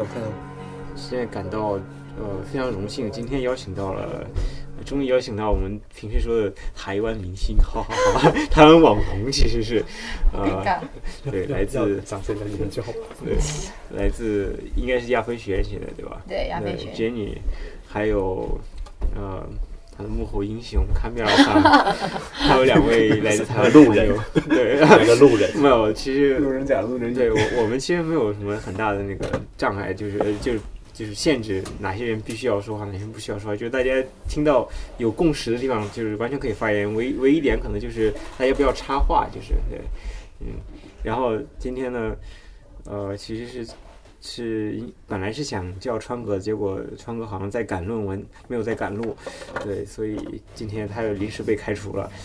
开头。 现在感到非常荣幸，今天终于邀请到我们平时说的台湾明星，好，台湾网红其实是对，来自长这个研究， 对，来自应该是亚非学院写的，对吧？ 对，亚非学院 Jenny， 还有他的幕后英雄卡米拉桑，还有2位来自台湾路人， 对， 两个路人， 没有，其实路人甲、路人乙， 对我们其实没有什么很大的那个障碍，就是限制哪些人必须要说话，哪些人不需要说话，就是大家听到有共识的地方，就是完全可以发言。唯一一点可能就是大家不要插话，就是对，然后今天呢，其实是本来是想叫川哥，结果川哥好像在赶论文，没有在赶路，对，所以今天他又临时被开除了。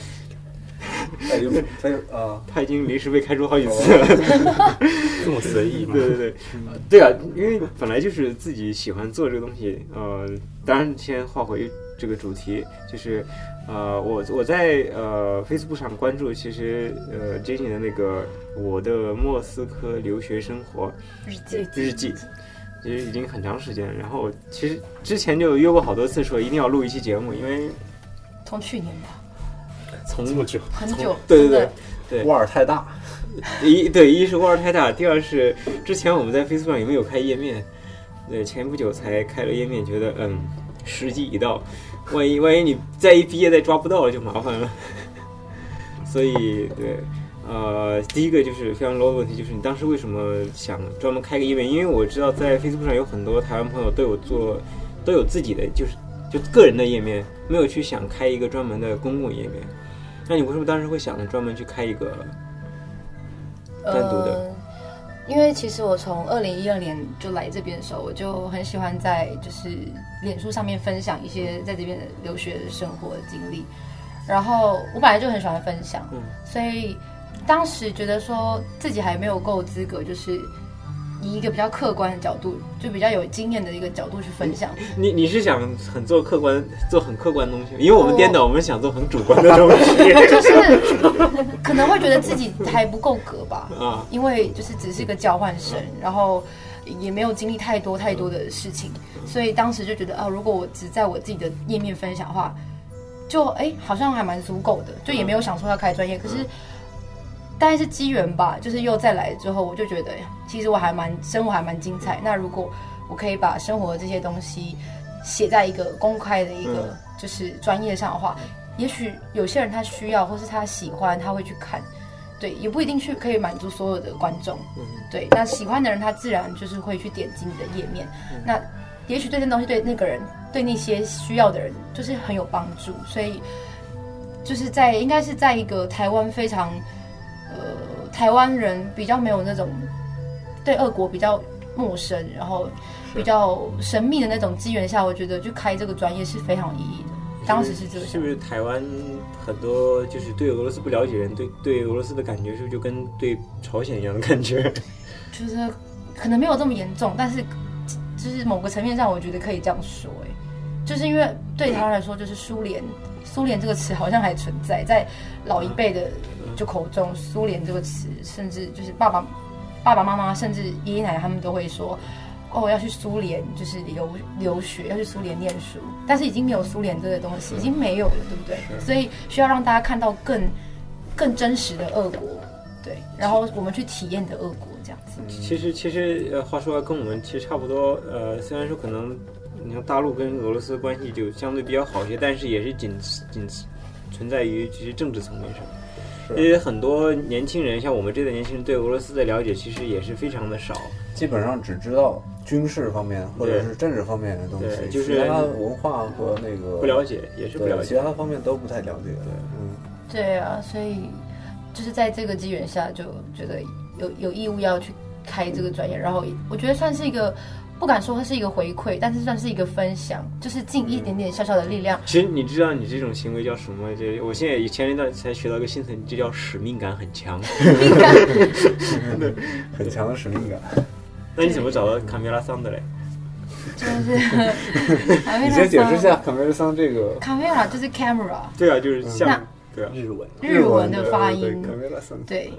他已经临时被开除好几次了， 这么随意吗？ 对啊，因为本来就是自己喜欢做这个东西，当然先话回这个主题，就是我在Facebook 上关注，其实Jenny 的那个我的莫斯科留学生活日记。其实已经很长时间了，然后其实之前就约过好多次，说一定要录一期节目，因为从去年吧。 从这么久， 很久， 对， 沃尔太大， 一是沃尔太大，第二是之前我们在 Facebook 上也没有开页面，对，前不久才开了页面，觉得时机已到，万一你再一毕业再抓不到了就麻烦了，所以对，第一个就是非常 low 的问题，就是你当时为什么想专门开个页面？因为我知道在 Facebook 上有很多台湾朋友都有自己的就个人的页面，没有去想开一个专门的公共页面。那你为什么当时会想专门去开一个单独的？ 因为其实我从2012年就来这边的时候，我就很喜欢在就是脸书上面分享一些在这边的留学生活的经历。然后我本来就很喜欢分享，所以当时觉得说自己还没有够资格，就是以一个比较客观的角度，就比较有经验的一个角度去分享。 你是想做很客观的东西，因为我们颠倒，我们想做很主观的东西， 就是可能会觉得自己还不够格吧，因为就是只是个交换生，然后也没有经历太多的事情，所以当时就觉得如果我只在我自己的页面分享的话，就好像还蛮足够的，就也没有想说要开专业，可是。大概是机缘吧，就是又再来之后，我就觉得其实生活还蛮精彩。那如果我可以把生活的这些东西写在一个公开的一个就是专业上的话，也许有些人他需要或是他喜欢，他会去看，对，也不一定可以满足所有的观众，对。那喜欢的人他自然就是会去点击你的页面，那也许对这东西对那个人对那些需要的人就是很有帮助，所以就是应该是在一个台湾非常。台湾人比较没有那种对俄国比较陌生，然后比较神秘的那种机缘下，我觉得就开这个专业是非常有意义的。当时是这个。 是不是台湾很多就是对俄罗斯不了解人，对俄罗斯的感觉是不是就跟对朝鲜一样的感觉？ 就是可能没有这么严重，但是就是某个层面上，我觉得可以这样说，就是因为对台湾来说，就是苏联这个词好像还存在，在老一辈的就口中，苏联这个词，甚至就是爸爸妈妈，甚至爷爷奶奶他们都会说，要去苏联，就是留学，要去苏联念书。但是已经没有苏联这个东西，已经没有了，对不对？所以需要让大家看到更真实的俄国，对，然后我们去体验的俄国这样子。 其实话说跟我们其实差不多，虽然说可能。你像大陆跟俄罗斯关系就相对比较好一些，但是也是仅存在于其实政治层面上。因为很多年轻人，像我们这代年轻人，对俄罗斯的了解其实也是非常的少， 基本上只知道军事方面或者是政治方面的东西， 就是其他文化和那个不了解，也是不了解， 其他方面都不太了解。 对啊，所以就是在这个机缘下，就觉得有义务要去开这个专业，然后我觉得算是一个。不敢说它是一个回馈，但是算是一个分享，就是尽一点点小小的力量。 其实你知道你这种行为叫什么吗？我现在前一段才学到一个新词，这叫使命感很强。 使命感， 很强的使命感。 那你怎么找到卡梅拉桑的嘞？ 就是你先解释一下卡梅拉桑这个。 卡梅拉就是 camera。 对啊，就是像日文的发音。 卡梅拉桑。 对。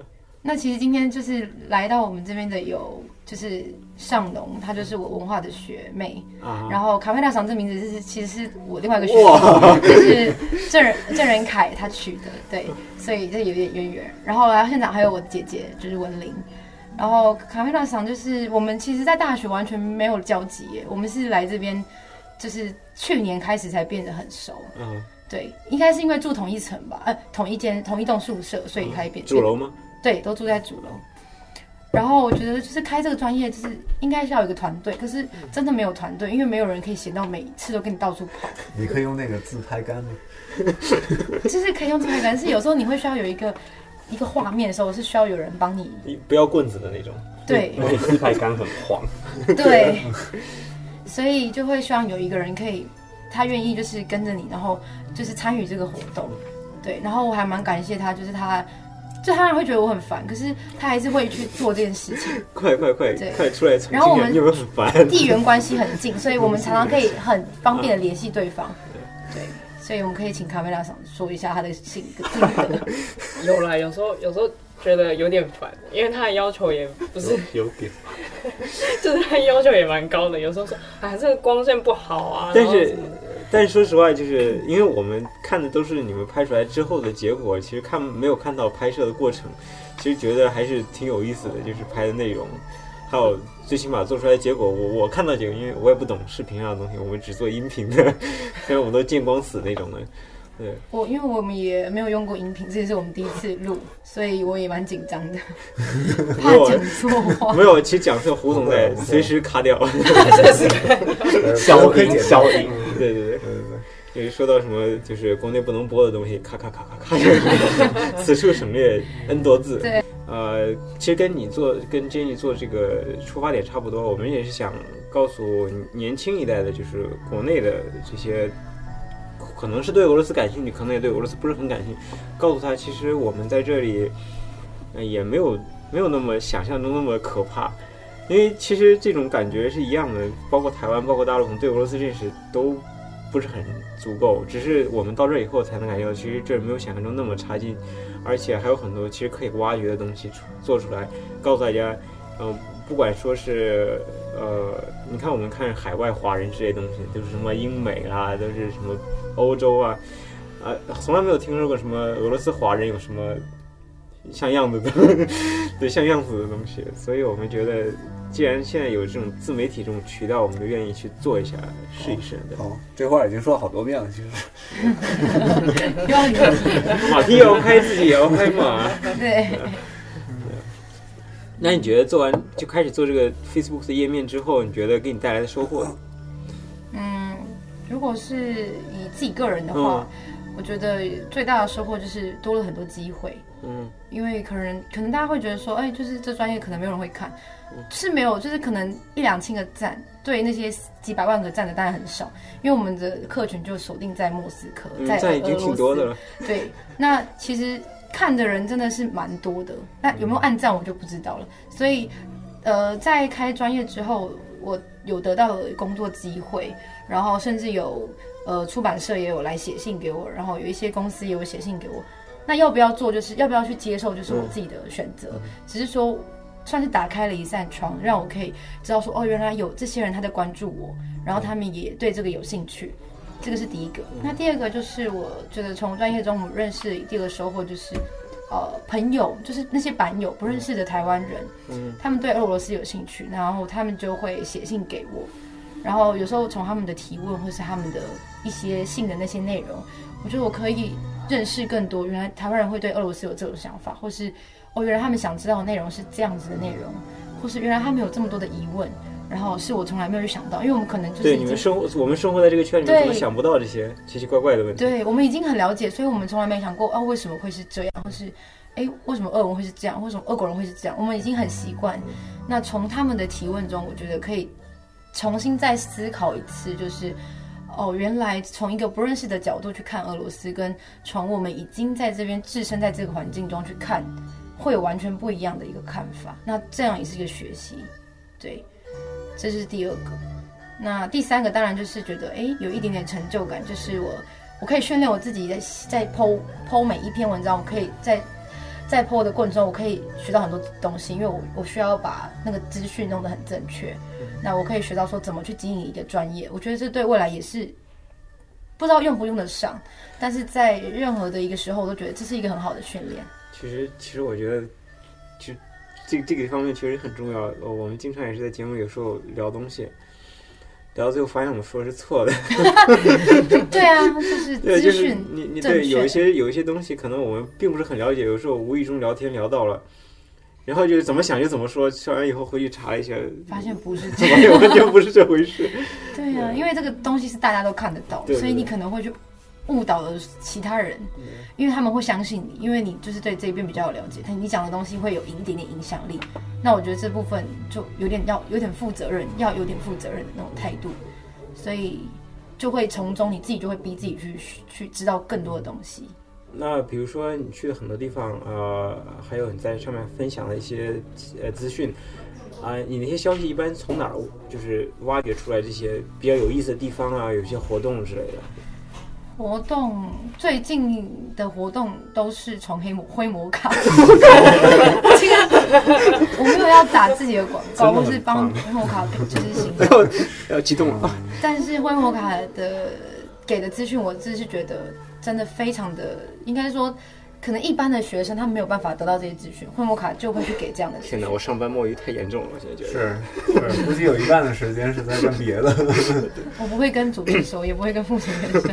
那其实今天就是来到我们这边的有就是尚农，她就是我文化的学妹，然后卡佩拉桑这名字其实是我另外一个学妹，就是郑仁凯他取的，对，所以这有点渊源。然后现场还有我姐姐就是文玲，然后卡佩拉桑就是我们其实在大学完全没有交集耶，我们是来这边就是去年开始才变得很熟，对，应该是因为住同一层吧，同一栋宿舍，所以开始变主楼吗？ 对，都住在主楼。然后我觉得就是开这个专业，就是应该是要有一个团队，可是真的没有团队，因为没有人可以闲到每一次都跟你到处跑。 你可以用那个自拍杆吗？ 就是可以用自拍杆，是有时候你会需要有一个画面的时候，是需要有人帮你， 不要棍子的那种。 对， 而且自拍杆很晃。 对，所以就会希望有一个人可以，他愿意就是跟着你，然后就是参与这个活动。对，然后我还蛮感谢他，就是他人会觉得我很烦，可是他还是会去做这件事情。 快出来！ 然后我们有没有很烦？ 地缘关系很近，所以我们常常可以很方便的联系对方。对，所以我们可以请卡梅拉桑说一下他的性格。 有啦，有时候觉得有点烦，因为他的要求也不是有点， 就是他要求也蛮高的。有时候说这个光线不好啊， 但是说实话，就是因为我们看的都是你们拍出来之后的结果，其实没有看到拍摄的过程，其实觉得还是挺有意思的，就是拍的内容，还有最起码做出来的结果，我看到结果，因为我也不懂视频上的东西，我们只做音频的，虽然我们都见光死那种的。对， 因为我们也没有用过音频，这也是我们第一次录，所以我也蛮紧张的，怕讲错话。 没有，其实讲错胡总在随时卡掉， 小音， 对。就是说到什么就是国内不能播的东西，咔，此处省略 N 多字。 对， 其实跟 Jenny 做这个出发点差不多，我们也是想告诉年轻一代的，就是国内的这些。可能是对俄罗斯感兴趣，可能也对俄罗斯不是很感兴趣。告诉他，其实我们在这里，也没有那么想象中那么可怕，因为其实这种感觉是一样的，包括台湾，包括大陆，对俄罗斯认识都不是很足够，只是我们到这以后才能感觉到，其实这没有想象中那么差劲，而且还有很多其实可以挖掘的东西做出来，告诉大家，不管说是你看我们看海外华人这些东西，都是什么英美啊，都是什么欧洲啊，从来没有听说过什么俄罗斯华人有什么像样子的对像样子的东西，所以我们觉得既然现在有这种自媒体这种渠道，我们就愿意去做一下，试一试。 这话已经说了好多遍了，其实。 马屁要拍，自己也要拍嘛。 对。 那你觉得做完就开始做这个 Facebook 的页面之后，你觉得给你带来的收获？ 如果是以自己个人的话，我觉得最大的收获就是多了很多机会。因为可能大家会觉得说，就是这专业可能没有人会看，是没有，就是可能1-2千个赞，对那些几百万个赞的当然很少，因为我们的客群就锁定在莫斯科，在俄罗斯， 赞已经挺多的了。 对，那其实看的人真的是蛮多的，那有没有按赞我就不知道了。所以，在开专业之后，我有得到了工作机会，然后甚至有出版社也有来写信给我，然后有一些公司也有写信给我。那要不要做，就是要不要去接受，就是我自己的选择。只是说，算是打开了一扇窗，让我可以知道说，原来有这些人他在关注我，然后他们也对这个有兴趣。这个是第一个。那第二个就是我觉得从专业中我认识第二个收获就是，朋友，就是那些版友不认识的台湾人，他们对俄罗斯有兴趣，然后他们就会写信给我，然后有时候从他们的提问或是他们的一些信的那些内容，我觉得我可以认识更多，原来台湾人会对俄罗斯有这种想法，或是原来他们想知道的内容是这样子的内容，或是原来他们有这么多的疑问，然后是我从来没有去想到，因为我们可能就是对我们生活在这个圈里面，可能想不到这些奇奇怪怪的问题。 对，我们已经很了解，所以我们从来没想过为什么会是这样，或是为什么俄文会是这样，为什么俄国人会是这样，我们已经很习惯。那从他们的提问中，我觉得可以重新再思考一次，就是原来从一个不认识的角度去看俄罗斯，跟从我们已经在这边置身在这个环境中去看，会有完全不一样的一个看法。那这样也是一个学习，对，这是第二个。那第三个当然就是觉得有一点点成就感，就是我可以训练我自己在po每一篇文章，我可以在在 po 的过程中，我可以学到很多东西，因为我需要把那个资讯弄得很正确。那我可以学到说怎么去经营一个专业，我觉得这对未来也是不知道用不用得上，但是在任何的一个时候，我都觉得这是一个很好的训练。 其实我觉得，其实这个方面确实很重要。我们经常也是在节目有时候聊东西，聊到最后发现我们说的是错的。 对啊，就是资讯你对有一些东西可能我们并不是很了解，有时候无意中聊天聊到了，然后就怎么想就怎么说，说完以后回去查一下， 发现不是这样， 完全不是这回事。 对啊，因为这个东西是大家都看得到， 对， 所以你可能会去误导了其他人，因为他们会相信你，因为你就是对这一边比较有了解，你讲的东西会有一点点影响力。那我觉得这部分就有点负责任，要有点负责任的那种态度，所以就会从中你自己就会逼自己去知道更多的东西。 那比如说你去了很多地方，还有你在上面分享的一些资讯，你那些消息一般从哪儿就是挖掘出来这些比较有意思的地方啊，有些活动之类的？ 活动最近的活动都是从灰摩卡，这个我没有要打自己的广告，或是帮灰摩卡就是行动， 要激动了。 但是灰摩卡的给的资讯，我自是觉得真的非常的，应该说，可能一般的学生他们没有办法得到这些资讯，灰摩卡就会去给这样的资讯。 天哪，我上班摸鱼太严重了，我现在觉得是，估计有一半的时间是在干别的。 我不会跟主编说，也不会跟负责人说。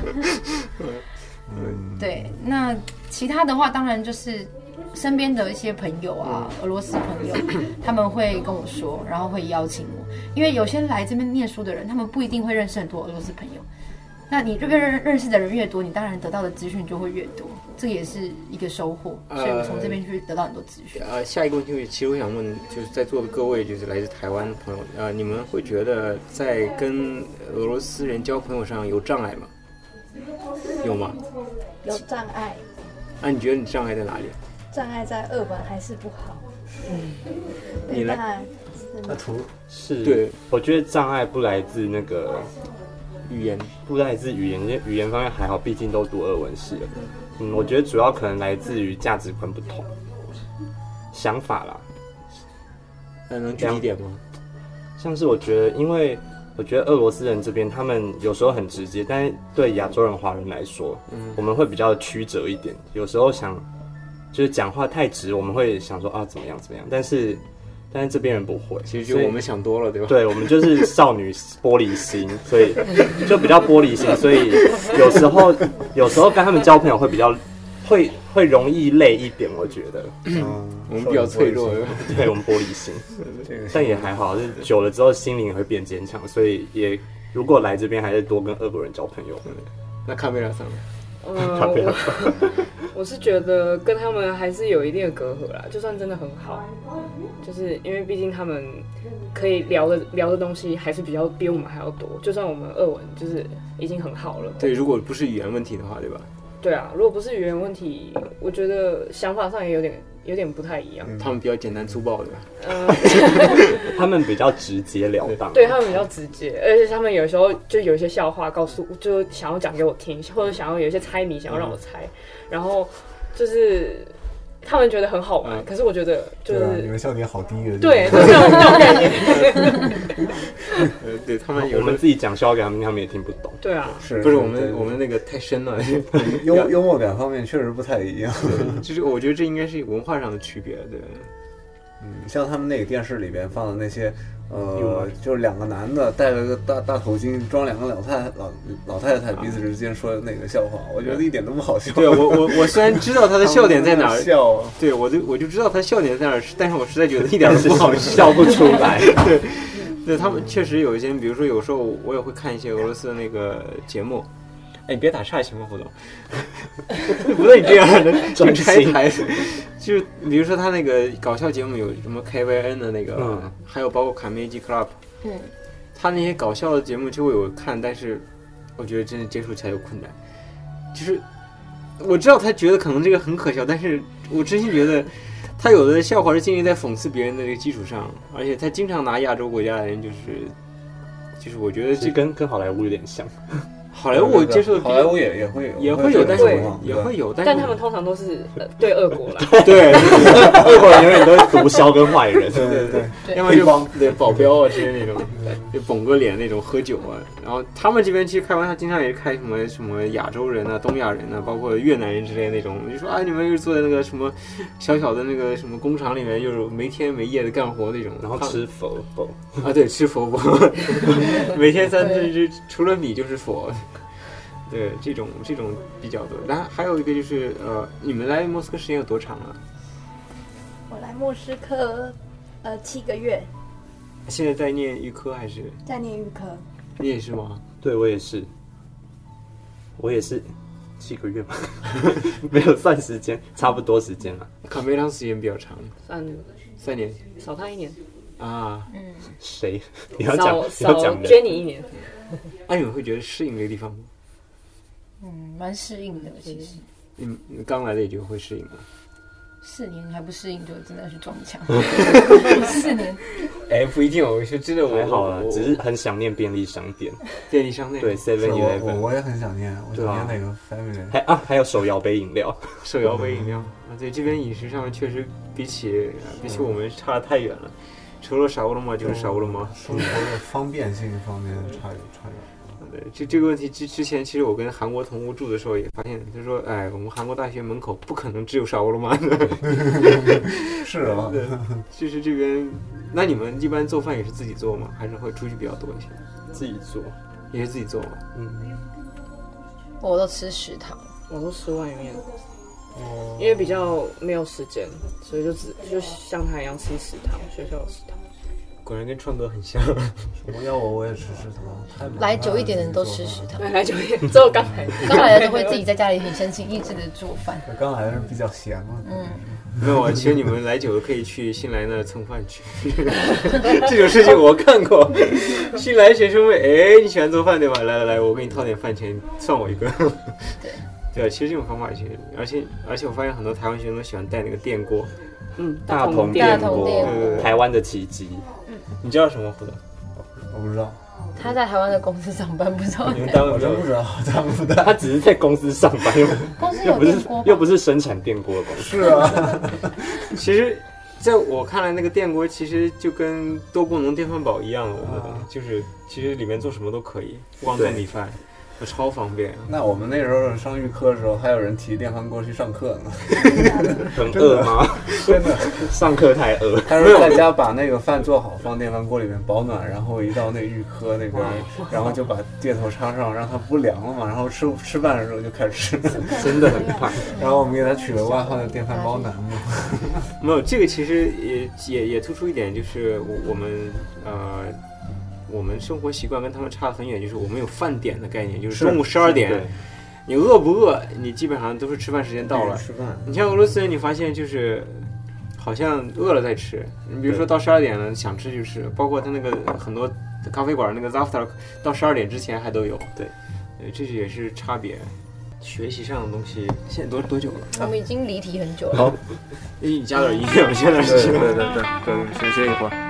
对，那其他的话，当然就是身边的一些朋友啊，俄罗斯朋友，他们会跟我说，然后会邀请我，因为有些来这边念书的人，他们不一定会认识很多俄罗斯朋友。那你认识的人越多，你当然得到的资讯就会越多，这也是一个收获。所以我从这边去得到很多资讯。 下一个问题，其实我想问，就是在座的各位，就是来自台湾的朋友，你们会觉得在跟俄罗斯人交朋友上有障碍吗？有吗？ 有障碍。 你觉得你障碍在哪里？ 障碍在俄文还是不好。 你来。 是， 对， 我觉得障碍不来自那个。 语言不来自语言，因为语言方面还好，毕竟都读俄文系了。我觉得主要可能来自于价值观不同，想法啦。 能具体点吗？ 像是我觉得，因为我觉得俄罗斯人这边他们有时候很直接，但是对亚洲人、华人来说，我们会比较曲折一点。有时候就是讲话太直，我们会想说怎么样，但是这边人不会， 其实就我们想多了，对吧？ 对，我们就是少女玻璃心，所以就比较玻璃心，所以有时候跟他们交朋友会比较会容易累一点，我觉得。 我们比较脆弱， 对，我们玻璃心，但也还好，就是久了之后心灵也会变坚强，所以也如果来这边还是多跟俄国人交朋友。 那卡梅拉桑。 我是觉得跟他们还是有一定的隔阂啦，就算真的很好，就是因为毕竟他们可以聊的东西还是比我们还要多，就算我们俄文就是已经很好了。 对，如果不是语言问题的话，对吧？ 对啊，如果不是语言问题，我觉得想法上也有点不太一样。 他们比较简单粗暴，对吧？ 他们比较直截了当。 对，他们比较直接，而且他们有时候就有一些笑话就想要讲给我听，或者想要有一些猜谜想要让我猜，然后就是他们觉得很好玩，可是我觉得就是你们笑点好低的。 对，就是这种感觉。 对他们我们自己讲笑话给他们，他们也听不懂。 对啊， 不是我们那个太深了， 幽默感方面确实不太一样。 就是我觉得这应该是文化上的区别，对。 像他们那个电视里边放的那些，就是两个男的戴了个大头巾，装两个老太太彼此之间说的那个笑话，我觉得一点都不好笑。 对，我虽然知道他的笑点在哪儿， 笑， 对我就知道他笑点在哪儿，但是我实在觉得一点都不好笑不出来。 对，他们确实有一些，比如说有时候我也会看一些俄罗斯的那个节目。你别打岔行吗，胡总？不能你这样的转拆台。就是比如说他那个搞笑节目有什么 KVN 的那个，还有包括卡梅基 Club，他那些搞笑的节目就会有看，但是我觉得真的接触起来有困难。就是我知道他觉得可能这个很可笑，但是我真心觉得他有的笑话是建立在讽刺别人的这个基础上，而且他经常拿亚洲国家的人，就是我觉得这跟好莱坞有点像。 好莱坞我接受的， 好莱坞也会有，但是也会有， 但他们通常都是对俄国啦。 对， 俄国人永远都是毒枭跟坏人。 对， 要么就对保镖啊之类那种，就绷个脸那种喝酒啊。然后他们这边其实开玩笑，经常也开什么亚洲人啊、东亚人啊，包括越南人之类的那种，就说啊，你们又坐在那个什么小小的那个什么工厂里面，又没天没夜的干活那种， 然后吃佛啊，对，吃佛每天3顿除了米就是佛。对，这种比较多。然后还有一个就是你们来莫斯科时间有多长了？ 我来莫斯科7个月。 现在在念预科还是在念预科？ 你也是吗？ 对，我也是7个月吧，没有算时间，差不多时间了。 考梅长时间比较长，3年， 少他1年啊。 谁？你要讲少 Jenny 1年。 那你们会觉得适应这个地方吗？ 蛮适应的，其实。 你刚来的也就会适应吗 ？4年还不适应，就真的去撞墙。4年， 不一定哦。我说真的， 还好啦，只是很想念便利商店。 便利商店对 7-Eleven， 我也很想念，我想念那个 Family。 还有手摇杯饮料， 啊，对，这边饮食上面确实比起我们差得太远了。除了沙乌鲁嘛就是沙乌鲁嘛， 生活的方便性方面差远。 对，这个问题之前其实我跟韩国同屋住的时候也发现，他说，我们韩国大学门口不可能只有沙乌鲁嘛的。 是啊， 对，就是这边。那你们一般做饭也是自己做吗？还是会出去比较多一些？ 自己做， 也是自己做吗？ 我都吃食堂， 我都吃外面，因为比较没有时间，所以就像他一样吃食堂，学校的食堂。 果然跟创哥很像。 我要我也吃食堂， 来久一点的人都吃食堂。 来久一点，只有刚来的都会自己在家里很神情意志的做饭。 刚来的是比较闲嘛。 没有啊，其实你们来久了可以去新来那蹭饭去。这种事情我看过。新来学生问，你喜欢做饭对吧？来，我给你掏点饭钱，算我一个。对，其实这种方法其实，而且我发现很多台湾学生都喜欢带那个电锅。 大同电锅，台湾的奇迹。 你知道什么活动？ 我不知道。 他在台湾的公司上班，不知道。 你们单位我真不知道， 他只是在公司上班， 公司有电锅， 又不是生产电锅的公司。 是啊。 其实，在我看来，那个电锅其实就跟多功能电饭煲一样的，就是其实里面做什么都可以，不光做米饭。超方便。 那我们那时候上预科的时候，还有人提电饭锅去上课呢。 很饿吗？ 真的， 上课太饿。 他说在家把那个饭做好，放电饭锅里面保暖，然后一到那预科那边，然后就把电头插上，让它不凉了嘛，然后吃饭的时候就开始吃。 真的很怕。 然后我们给他取了外号叫电饭煲男嘛。 没有，这个其实也突出一点，就是我们生活习惯跟他们差得很远，就是我们有饭点的概念，就是中午12点，你饿不饿，你基本上都是吃饭时间到了。 吃饭。 你像俄罗斯人，你发现就是好像饿了再吃。你比如说到12点了，想吃就吃，包括他那个很多咖啡馆那个 Zavtrak 到12点之前还都有。对，这也是差别。学习上的东西，现在多久了？ 我们已经离题很久了。 好，你加点音乐，我现在是。 对，歇一会儿。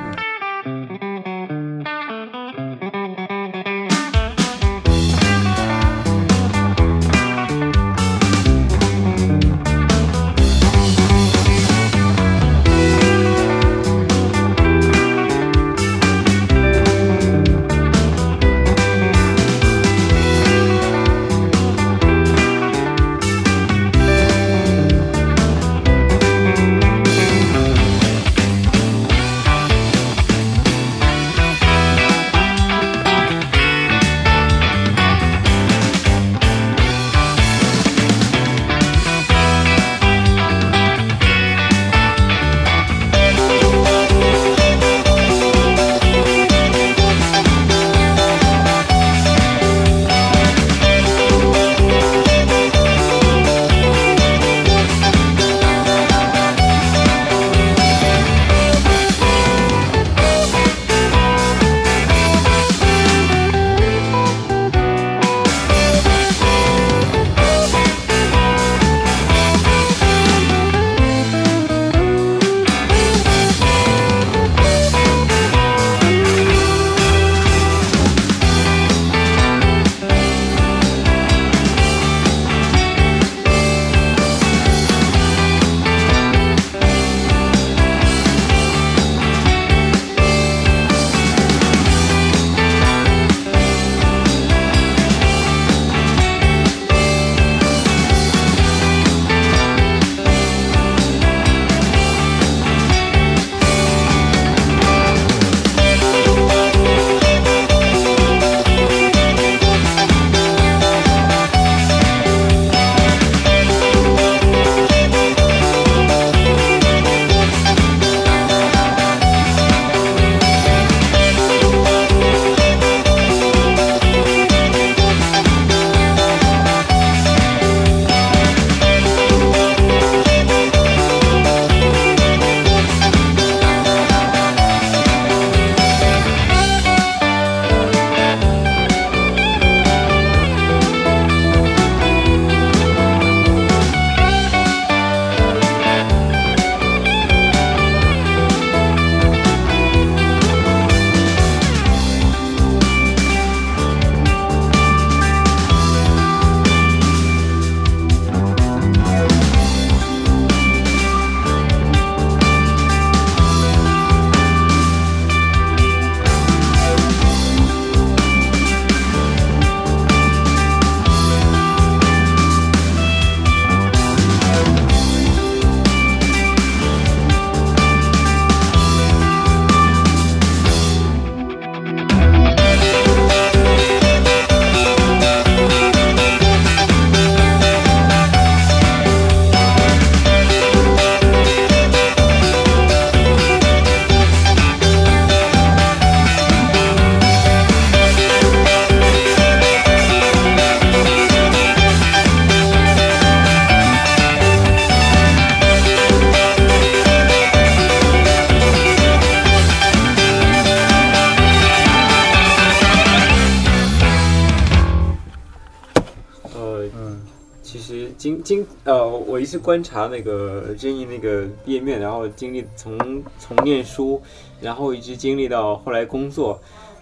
我一直观察那个Jenny那个页面，然后经历从念书，然后一直经历到后来工作，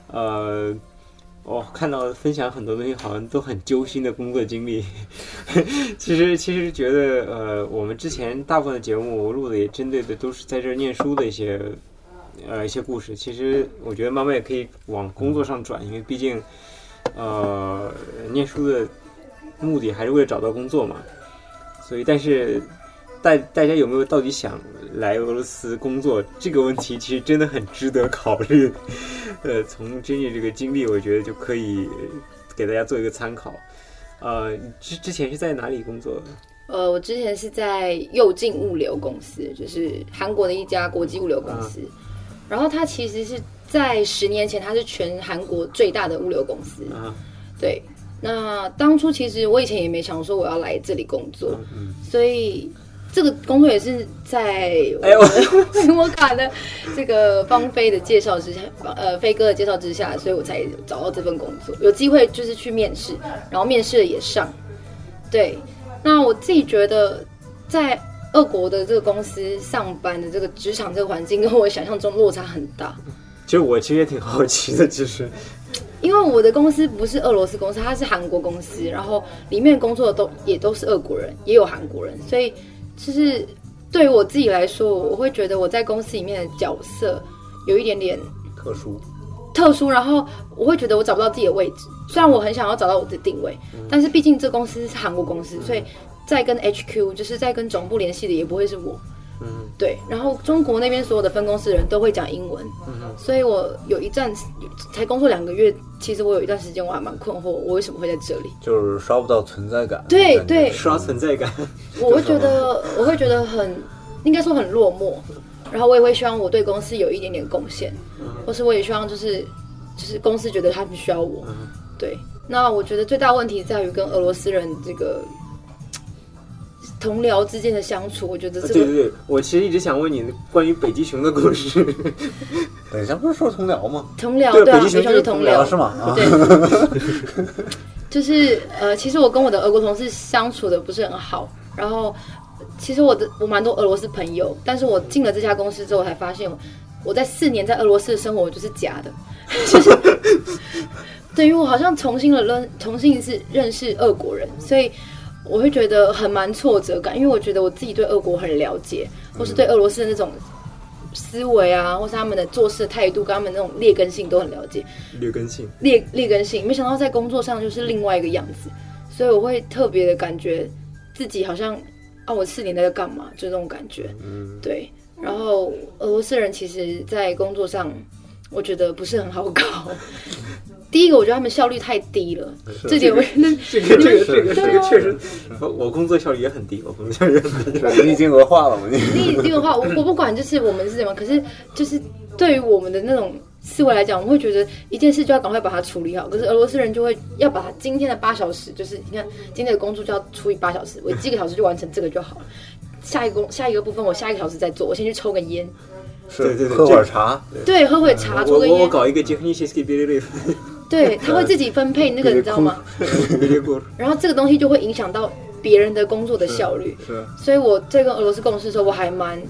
我看到分享很多东西，好像都很揪心的工作经历。其实觉得我们之前大部分的节目录的也针对的都是在这儿念书的一些故事。其实我觉得慢慢也可以往工作上转，因为毕竟念书的目的还是为了找到工作嘛。所以，但是大家有没有到底想来俄罗斯工作这个问题，其实真的很值得考虑。从Jenny这个经历，我觉得就可以给大家做一个参考。之前是在哪里工作？ 我之前是在右进物流公司，就是韩国的一家国际物流公司。然后它其实是在10年前，它是全韩国最大的物流公司。对。那当初其实我以前也没想说我要来这里工作，所以这个工作也是在我卡的这个芳菲的介绍之下，飞哥的介绍之下，所以我才找到这份工作。有机会就是去面试，然后面试了也上。对，那我自己觉得在俄国的这个公司上班的这个职场这个环境，跟我想象中落差很大。 其实我也挺好奇的，其实。 因为我的公司不是俄罗斯公司，它是韩国公司，然后里面工作的也都是俄国人，也有韩国人，所以就是对于我自己来说，我会觉得我在公司里面的角色有一点点特殊，然后我会觉得我找不到自己的位置。虽然我很想要找到我的定位，但是毕竟这公司是韩国公司，所以在跟 HQ 就是在跟总部联系的也不会是我。对，然后中国那边所有的分公司的人都会讲英文，所以我有一站才工作2个月，其实我有一段时间我还蛮困惑，我为什么会在这里？ 就是刷不到存在感。 对， 刷存在感。 我会觉得很，应该说很落寞。然后我也会希望我对公司有一点点贡献，或是我也希望就是公司觉得他们需要我。对，那我觉得最大问题在于跟俄罗斯人这个同僚之间的相处，我觉得这个对，我其实一直想问你关于北极熊的故事。 等一下，不是说同僚吗？ 同僚对啊，北极熊是同僚是吗？ 对，就是其实我跟我的俄国同事相处的不是很好，然后其实我蛮多俄罗斯朋友，但是我进了这家公司之后，才发现我在4年在俄罗斯的生活就是假的，就是等于我好像重新是认识俄国人，所以我会觉得蛮挫折感，因为我觉得我自己对俄国很了解，或是对俄罗斯的那种思维啊，或是他们的做事的态度，跟他们那种劣根性都很了解。劣根性，没想到在工作上就是另外一个样子，所以我会特别的感觉自己好像我4年在干嘛，就这种感觉。对。然后俄罗斯人其实，在工作上我觉得不是很好搞。第一个，我觉得他们效率太低了，这点我这个确实，我工作效率也很低， 你已经俄化了吗？ 你已经俄化，我不管，就是我们是怎么，可是就是对于我们的那种思维来讲，我们会觉得一件事就要赶快把它处理好。可是俄罗斯人就会要把他今天的8小时，就是你看今天的工作就要除以8小时，我几个小时就完成这个就好了。下一个部分我下1个小时再做，我先去抽个烟。 对，喝会儿茶。 对，喝会茶，抽个烟。 我搞一个technical belief。 对，他会自己分配那个，你知道吗？然后这个东西就会影响到别人的工作的效率。 是。 所以我在跟俄罗斯共事的时候，我还蛮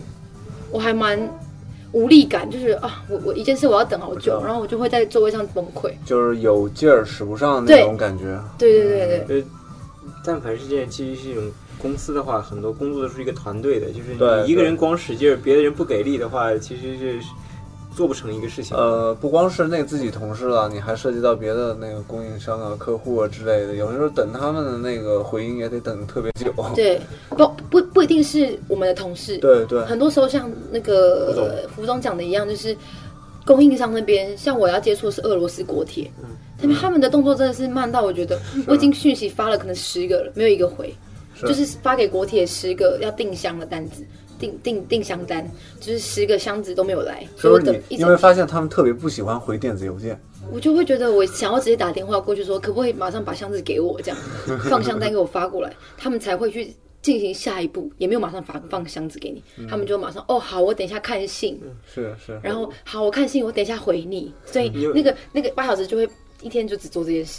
无力感，就是我一件事我要等好久，然后我就会在座位上崩溃， 就是有劲儿使不上那种感觉。 对。 但凡是其实是一种公司的话，很多工作都是一个团队的，就是你一个人光使劲儿，别的人不给力的话，其实是做不成一个事情。 不光是那个自己同事了，你还涉及到别的那个供应商啊、客户啊之类的，有时候等他们的那个回应也得等特别久。 对，不一定是我们的同事。 对， 很多时候像那个福总讲的一样，就是供应商那边，像我要接触的是俄罗斯国铁，他们的动作真的是慢到我觉得我已经讯息发了可能10个了，没有一个回，就是发给国铁10个要订箱的单子。订箱单，就是10个箱子都没有来， 所以你会发现他们特别不喜欢回电子邮件。 我就会觉得我想要直接打电话过去说，可不可以马上把箱子给我，这样放箱单给我发过来，他们才会去进行下一步，也没有马上放箱子给你，他们就马上好，我等一下看信， 是， 然后好，我看信，我等一下回你，所以那个8小时就会一天就只做这件事。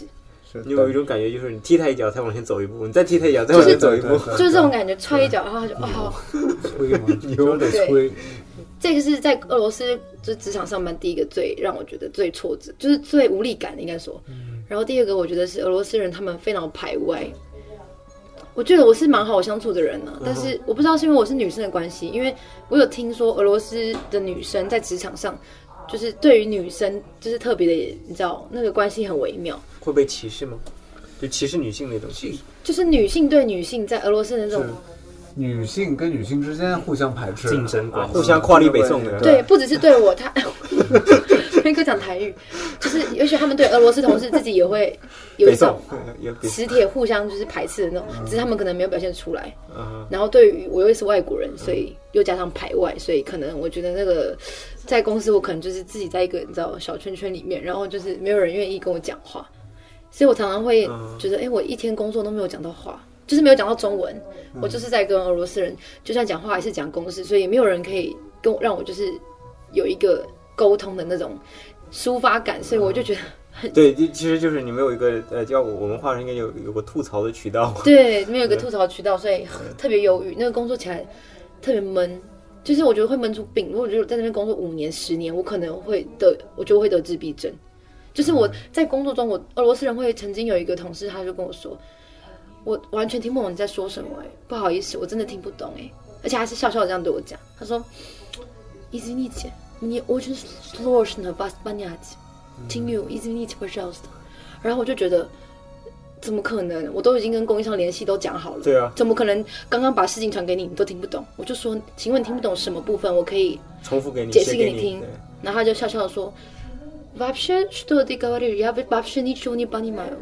你有一种感觉，就是你踢他一脚才往前走一步，你再踢他一脚再往前走一步， 就是这种感觉，踹一脚，然后就吹嘛，有得吹。 这个是在俄罗斯就职场上班第一个最让我觉得最挫折，就是最无力感的应该说。然后第二个我觉得是俄罗斯人他们非常排外。我觉得我是蛮好相处的人呢，但是我不知道是因为我是女生的关系，因为我有听说俄罗斯的女生在职场上，就是对于女生就是特别的，你知道那个关系很微妙。 会被歧视吗？就歧视女性那种歧视？ 就是女性对女性在俄罗斯的那种。 女性跟女性之间互相排斥、 竞争关系， 互相跨立北宋的。 对，不只是对我，他飞哥讲台语，就是尤其他们对俄罗斯同事自己也会有一种磁铁互相就是排斥的那种，只是他们可能没有表现出来。然后对于我又是外国人，所以又加上排外，所以可能我觉得那个在公司我可能就是自己在一个你知道小圈圈里面，然后就是没有人愿意跟我讲话，所以我常常会觉得，我一天工作都没有讲到话。就是没有讲到中文，我就是在跟俄罗斯人，就算讲话还是讲公事，所以没有人可以让我就是有一个沟通的那种抒发感，所以我就觉得很对，其实就是你没有一个叫我们话上应该有个吐槽的渠道， 对，没有一个吐槽渠道，所以特别忧郁，那个工作起来特别闷，就是我觉得会闷出病。如果我觉得在那边工作5年10年，我可能会我就会得自闭症。就是我在工作中，俄罗斯人会曾经有一个同事，他就跟我说。我完全听不懂你在说什么，不好意思，我真的听不懂而且还是笑笑的这样对我讲。他说 ：“Извините, мне очень сложно вас понять. Тимю, извините, пожалуйста。”然后我就觉得，怎么可能？我都已经跟供应商联系都讲好了， 对啊， 怎么可能刚刚把事情传给你，你都听不懂？我就说，请问你听不懂什么部分？我可以重复给你解释给你听。然后他就笑笑的说 ：“Вообще, что ты говоришь? Я вообще ничего не понимаю.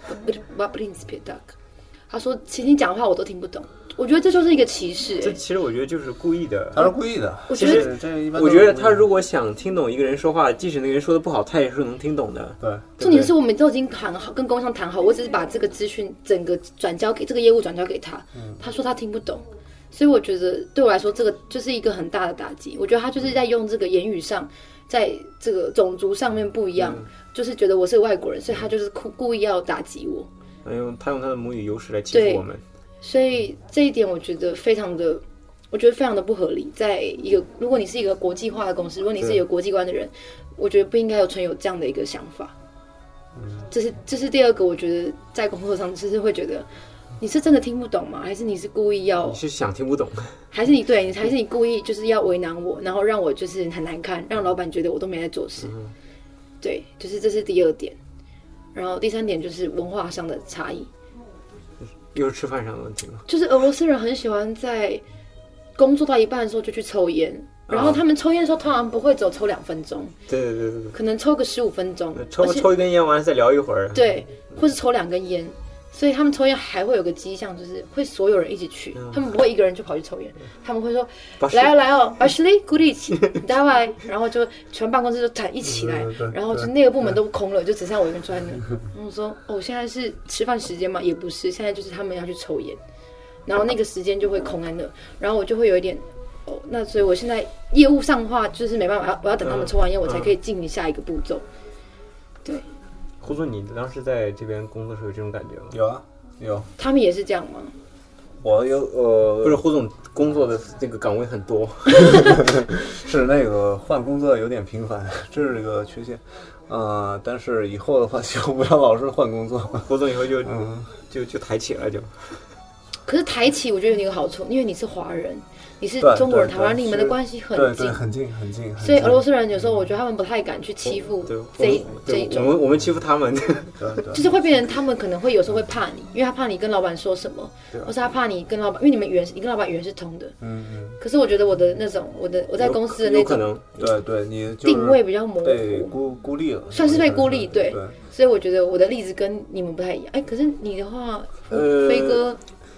В принципе, так。”他说：“其实你讲话我都听不懂。”我觉得这就是一个歧视。 这其实我觉得就是故意的。 他是故意的。 其实我觉得他如果想听懂一个人说话，即使那个人说的不好，他也是能听懂的。 对。 重点是我们都已经谈好，跟工商谈好，我只是把这个资讯整个转交给这个业务转交给他。他说他听不懂，所以我觉得对我来说，这个就是一个很大的打击。我觉得他就是在用这个言语上，在这个种族上面不一样，就是觉得我是个外国人，所以他就是故意要打击我。 他用他的母语优势来欺负我们， 所以这一点我觉得非常的不合理。在一个如果你是一个国际化的公司，如果你是一个国际观的人，我觉得不应该存有这样的一个想法。这是第二个，我觉得在工作上就是会觉得你是真的听不懂吗？还是你是故意要？ 你是想听不懂？ 还是你故意就是要为难我，然后让我就是很难看，让老板觉得我都没在做事。对，就是这是第二点。然后第三点就是文化上的差异， 又是吃饭上的问题吗？ 就是俄罗斯人很喜欢在工作到一半的时候就去抽烟，然后他们抽烟的时候通常不会只有抽2分钟， 对， 可能抽个15分钟， 抽一根烟完再聊一会儿， 对，或是抽2根烟。所以他们抽烟还会有个迹象，就是会所有人一起去，他们不会一个人就跑去抽烟，他们会说来哦 ，Ashley Goodrich， 大家然后就全办公室就一起来，然后就那个部门都空了，就只剩我一个人坐在那。然后说现在是吃饭时间嘛，也不是，现在就是他们要去抽烟，然后那个时间就会空在那，然后我就会有一点那所以我现在业务上的话就是没办法，我要等他们抽完烟，我才可以进行下一个步骤。对。 胡总，你当时在这边工作时有这种感觉吗？ 有啊，有。 他们也是这样吗？ 我有不是胡总工作的这个岗位很多， 是那个换工作有点频繁，这是一个缺陷。但是以后的话，希望不要老是换工作。 胡总以后就抬起了就。 可是抬起，我觉得有一个好处，因为你是华人。你是中国人，台湾离你们的关系很近， 对，很近。 所以俄罗斯人有时候我觉得他们不太敢去欺负这一种。 我们欺负他们， 就是会变成他们可能会有时候会怕你，因为他怕你跟老板说什么，或是他怕你跟老板，因为你跟老板语言是通的。可是我觉得我的那种我在公司的那种， 对，你定位比较模糊， 被孤立了， 算是被孤立，对。所以我觉得我的例子跟你们不太一样。可是你的话，飞哥，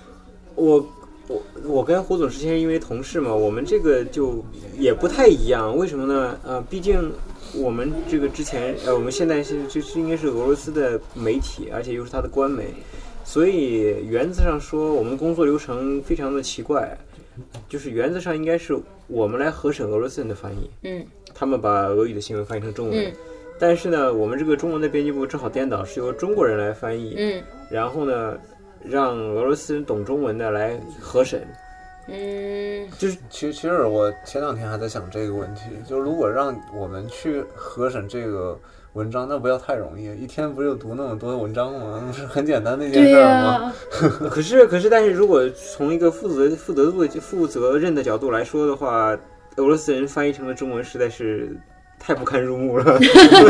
我跟胡总之前因为同事嘛，我们这个就也不太一样。为什么呢？毕竟我们这个之前我们现在就是应该是俄罗斯的媒体，而且又是它的官媒，所以原则上说，我们工作流程非常的奇怪，就是原则上应该是我们来核审俄罗斯人的翻译，他们把俄语的新闻翻译成中文， 但是呢，我们这个中文的编辑部正好颠倒，是由中国人来翻译，然后呢，让俄罗斯人懂中文的来核审。 就是其实我前2天还在想这个问题，就如果让我们去核审这个文章，那不要太容易，一天不就读那么多文章吗？那是很简单的一件事吗？ 可是，但是如果从一个负责任的角度来说的话，俄罗斯人翻译成了中文实在是太不堪入目了，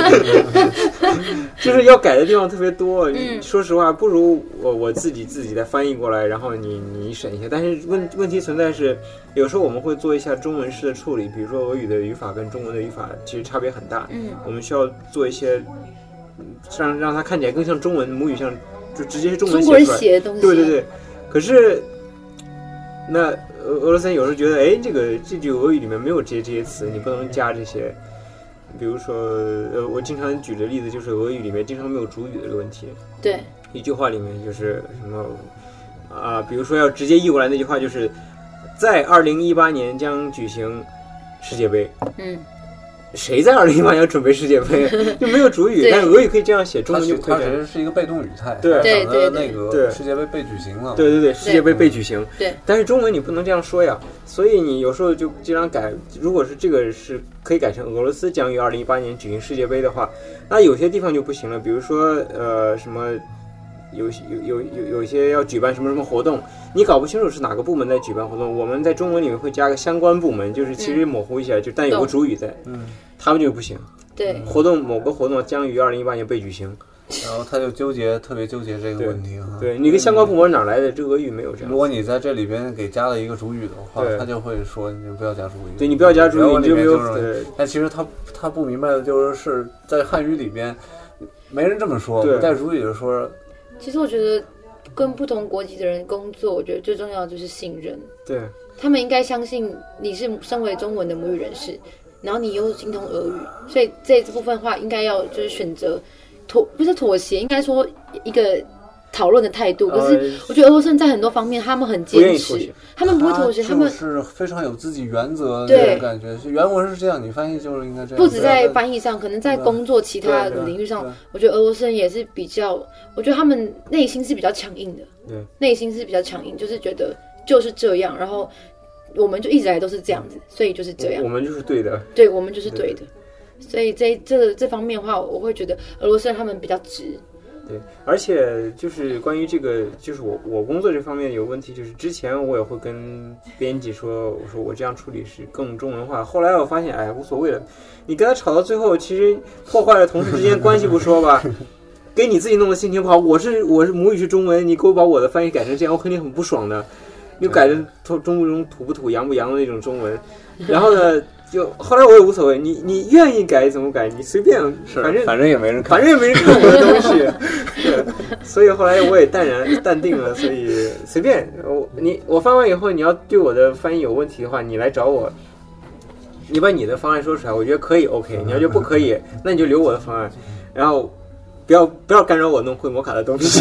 就是要改的地方特别多。说实话，不如我自己再翻译过来，然后你审一下。但是问题存在是，有时候我们会做一下中文式的处理，比如说俄语的语法跟中文的语法其实差别很大。我们需要做一些让它看起来更像中文母语，像就直接是中文写出来中国人写的东西。 对。可是那俄罗斯人有时候觉得，哎，这句俄语里面没有这些词，你不能加这些。比如说，我经常举的例子就是俄语里面经常没有主语的这个问题。 对， 一句话里面就是什么比如说要直接译过来那句话就是在2018年将举行世界杯。谁在2018年要准备世界杯？就没有主语，但俄语可以这样写，中文就可以这样。 它其实是一个被动语态。 对， 那个世界杯被举行了。 对，世界杯被举行。 对， 但是中文你不能这样说呀，所以你有时候就经常改。如果是这个是可以改成俄罗斯将于2018年举行世界杯的话，那有些地方就不行了。比如说什么有一些要举办什么活动，你搞不清楚是哪个部门在举办活动，我们在中文里面会加个相关部门，就是其实模糊一下，就但有个主语在，他们就不行。 对， 某个活动将于2018年被举行， 然后他就特别纠结这个问题哈。 对，你跟相关部门哪来的？这俄语没有这样。 如果你在这里边给加了一个主语的话，他就会说你不要加主语。 对，你不要加主语，你就没有。 但其实他不明白的就是在汉语里边，没人这么说，不带主语的说。 其实我觉得跟不同国籍的人工作，我觉得最重要的就是信任。 对， 他们应该相信你是身为中文的母语人士，然后你又精通俄语，所以这部分的话应该要就是选择不是妥协，应该说一个讨论的态度。可是我觉得俄罗斯人在很多方面他们很坚持，他们不会妥协，他们是非常有自己原则的那种感觉。原文是这样，你翻译就是应该这样。 不止在翻译上，可能在工作其他的领域上，我觉得俄罗斯人也是比较，我觉得他们内心是比较强硬的。 对， 内心是比较强硬，就是觉得就是这样，然后我们就一直来都是这样子，所以就是这样。 我们就是对的。 对，我们就是对的。所以这方面的话，我会觉得俄罗斯人他们比较直。 对，而且就是关于这个，就是我工作这方面有问题，就是之前我也会跟编辑说，我说我这样处理是更中文化。后来我发现，哎，无所谓了，你跟他吵到最后，其实破坏了同事之间关系不说吧，给你自己弄得心情不好。我是母语是中文，你给我把我的翻译改成这样，我肯定很不爽的。又改成中不中、土不土、洋不洋的那种中文，然后呢？就后来我也无所谓，你愿意改怎么改，你随便， 反正也没人看， 我的东西。对，所以后来我也淡定了，所以随便我翻完以后，你要对我的翻译有问题的话，你来找我，你把你的方案说出来，我觉得可以 OK， 你要觉得不可以，那你就留我的方案，然后不要干扰我弄会摩卡的东西。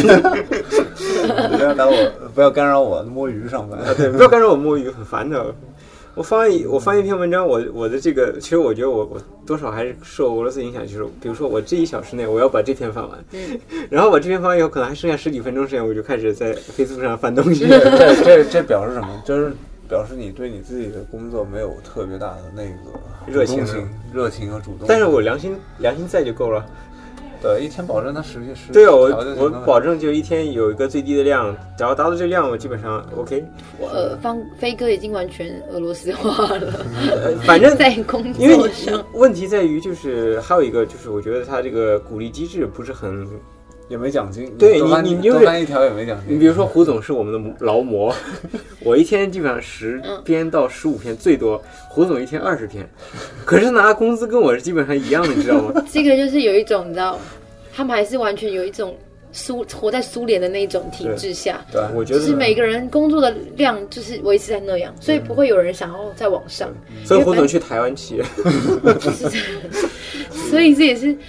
不要干扰我摸鱼上班。 对，不要干扰我摸鱼，很烦的。我翻译一篇文章，我的这个，其实我觉得我多少还是受俄罗斯影响，就是比如说我这1小时内我要把这篇翻完，然后我这篇翻完以后，可能还剩下10几分钟时间，我就开始在 Facebook 上翻东西。 这表示什么？就是表示你对你自己的工作没有特别大的那个热情和主动。 但是我良心在就够了。 对，一天保证它实际是。 对，我保证就一天有一个最低的量，只要达到这量，我基本上 OK。 飞哥已经完全俄罗斯化了， 反正在工作上， 因为问题在于就是还有一个就是我觉得他这个鼓励机制不是很。 也没奖金， 对你就是多翻一条也没奖金。 你比如说胡总是我们的劳模，我一天基本上10篇到15篇最多，胡总一天20篇，可是拿工资跟我是基本上一样的，你知道吗？ 这个就是有一种你知道，他们还是完全有一种活在苏联的那种体制下， 对，我觉得就是每个人工作的量就是维持在那样，所以不会有人想要再往上。 所以胡总去台湾企业， 所以这也是。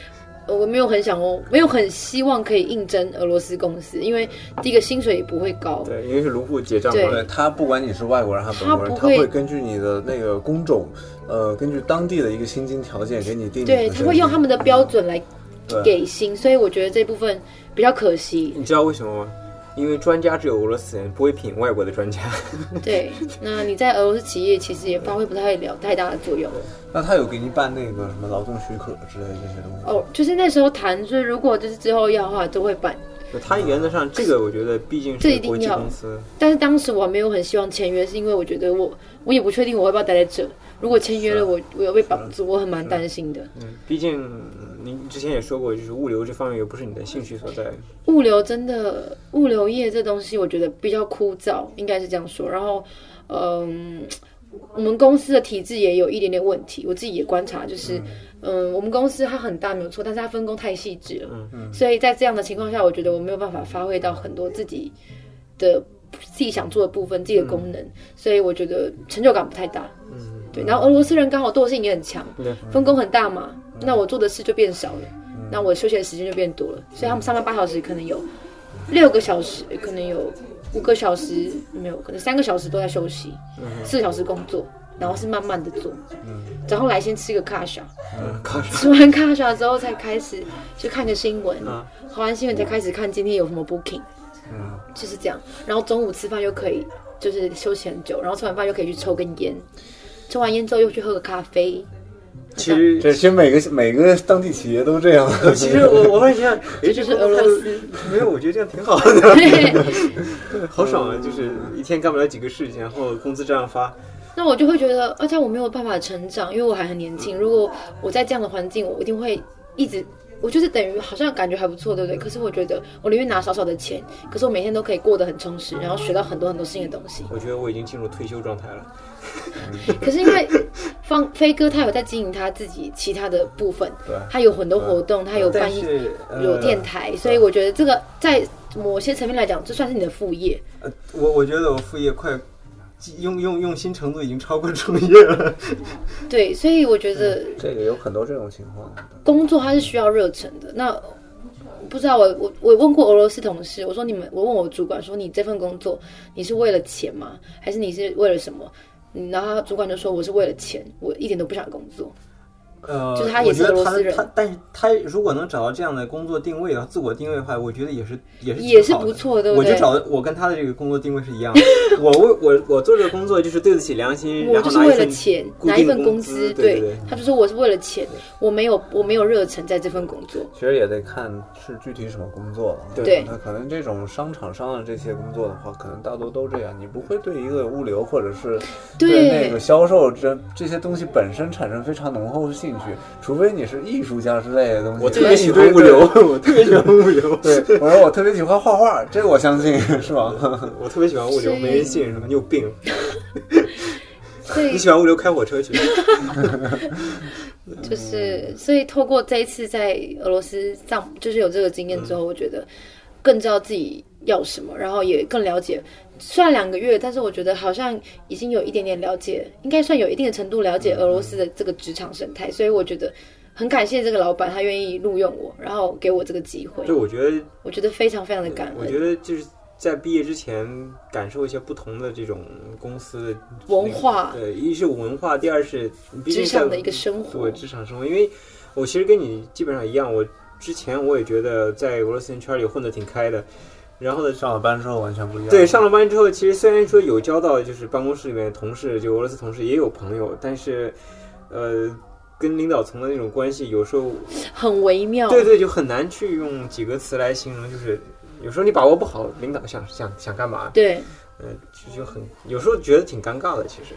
我没有很想哦，没有很希望可以应征俄罗斯公司，因为第一个薪水也不会高。 对，因为是卢布结账嘛。 对， 对，他不管你是外国人还是本国人，他会根据你的那个工种，根据当地的一个薪金条件给你定。 对，他会用他们的标准来给薪，所以我觉得这部分比较可惜。 你知道为什么吗？因为专家只有俄罗斯人，不会聘外国的专家。对， 那你在俄罗斯企业其实也发挥不太大的作用。 那他有给你办那个什么劳动许可之类的这些东西？ 哦，就是那时候谈，就是如果就是之后要的话，都会办。 他原则上这个我觉得毕竟是国际公司， 但是当时我没有很希望签约，是因为我觉得我也不确定我会不会待在这。如果签约了，我有被绑住，我很蛮担心的。 毕竟您之前也说过，就是物流这方面又不是你的兴趣所在。 物流真的，物流业这东西我觉得比较枯燥，应该是这样说。然后，我们公司的体制也有一点点问题，我自己也观察，就是我们公司它很大没有错，但是它分工太细致了，所以在这样的情况下，我觉得我没有办法发挥到很多自己想做的部分，自己的功能，所以我觉得成就感不太大。对，然后俄罗斯人刚好惰性也很强，分工很大嘛，那我做的事就变少了，那我休息的时间就变多了，所以他们上班8小时可能有6个小时，可能有5个小时没有，可能3个小时都在休息，4个小时工作，然后是慢慢的做，然后来先吃个卡莎，吃完卡莎之后才开始去看个新闻，看完新闻才开始看今天有什么 booking，就是这样，然后中午吃饭又可以就是休息很久，然后吃完饭又可以去抽根烟，抽完烟之后又去喝个咖啡。 其实每个当地企业都这样。 其实我会想， 这就是俄罗斯。 没有，我觉得这样挺好的，好爽啊！就是一天干不了几个事情，然后工资这样发。 那我就会觉得，而且我没有办法成长，因为我还很年轻。如果我在这样的环境，我一定会一直。我就是等于好像感觉还不错，对不对？可是我觉得我宁愿拿少少的钱，可是我每天都可以过得很充实，然后学到很多很多新的东西。 我觉得我已经进入退休状态了。 可是因为飞哥他有在经营他自己其他的部分，他有很多活动，他有办有电台，所以我觉得这个在某些层面来讲，这算是你的副业。 我觉得我副业快。用心程度已经超过创业了。 对，所以我觉得这个有很多这种情况。 工作它是需要热忱的。那不知道我问过俄罗斯同事，我说我问我主管说，你这份工作你是为了钱吗？还是你是为了什么？然后主管就说我是为了钱，我一点都不想工作。就是他也是俄罗斯人， 但是他如果能找到这样的工作定位的自我定位的话，我觉得也是不错的。 我跟他的这个工作定位是一样的。我做这个工作就是对得起良心， 我就是为了钱拿一份工资。 对，他就说我是为了钱，我没有热忱在这份工作。 其实也得看是具体什么工作了。 对， 那可能这种商场上的这些工作的话，可能大多都这样。你不会对一个物流或者是对那个销售这些东西本身产生非常浓厚的兴趣，除非你是艺术家之类的东西。 我特别喜欢物流，我特别喜欢物流。 对，我说我特别喜欢画画，这个我相信是吧？ 我特别喜欢物流，没人信什么，你有病。你喜欢物流，开火车去。 就是所以透过这一次在俄罗斯就是有这个经验之后，我觉得更知道自己要什么，然后也更了解。虽然2个月，但是我觉得好像已经有一点点了解，应该算有一定的程度了解俄罗斯的这个职场生态，所以我觉得很感谢这个老板，他愿意录用我，然后给我这个机会。 对，我觉得非常非常的感恩。 我觉得就是在毕业之前感受一些不同的这种公司的文化， 对，一是文化，第二是职场的一个生活。 对，职场生活，因为我其实跟你基本上一样，我之前我也觉得在俄罗斯人圈里混得挺开的。然后呢， 上了班之后完全不一样。 对，上了班之后，其实虽然说有交到就是办公室里面的同事，就俄罗斯同事也有朋友，但是，跟领导层的那种关系有时候很微妙。 对，就很难去用几个词来形容，就是有时候你把握不好，领导想干嘛？ 对， 就很有时候觉得挺尴尬的，其实。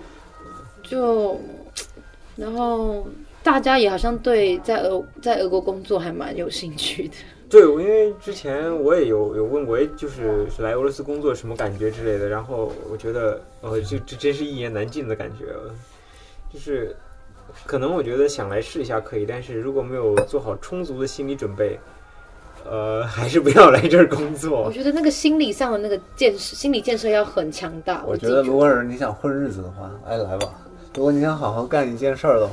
然后大家也好像对在俄国工作还蛮有兴趣的。 对，因为之前我也有问过，就是来俄罗斯工作什么感觉之类的，然后我觉得，这真是一言难尽的感觉，就是可能我觉得想来试一下可以，但是如果没有做好充足的心理准备，还是不要来这儿工作。 我觉得那个心理上的那个心理建设要很强大。 我觉得如果是你想混日子的话，来吧。如果你想好好干一件事儿的话，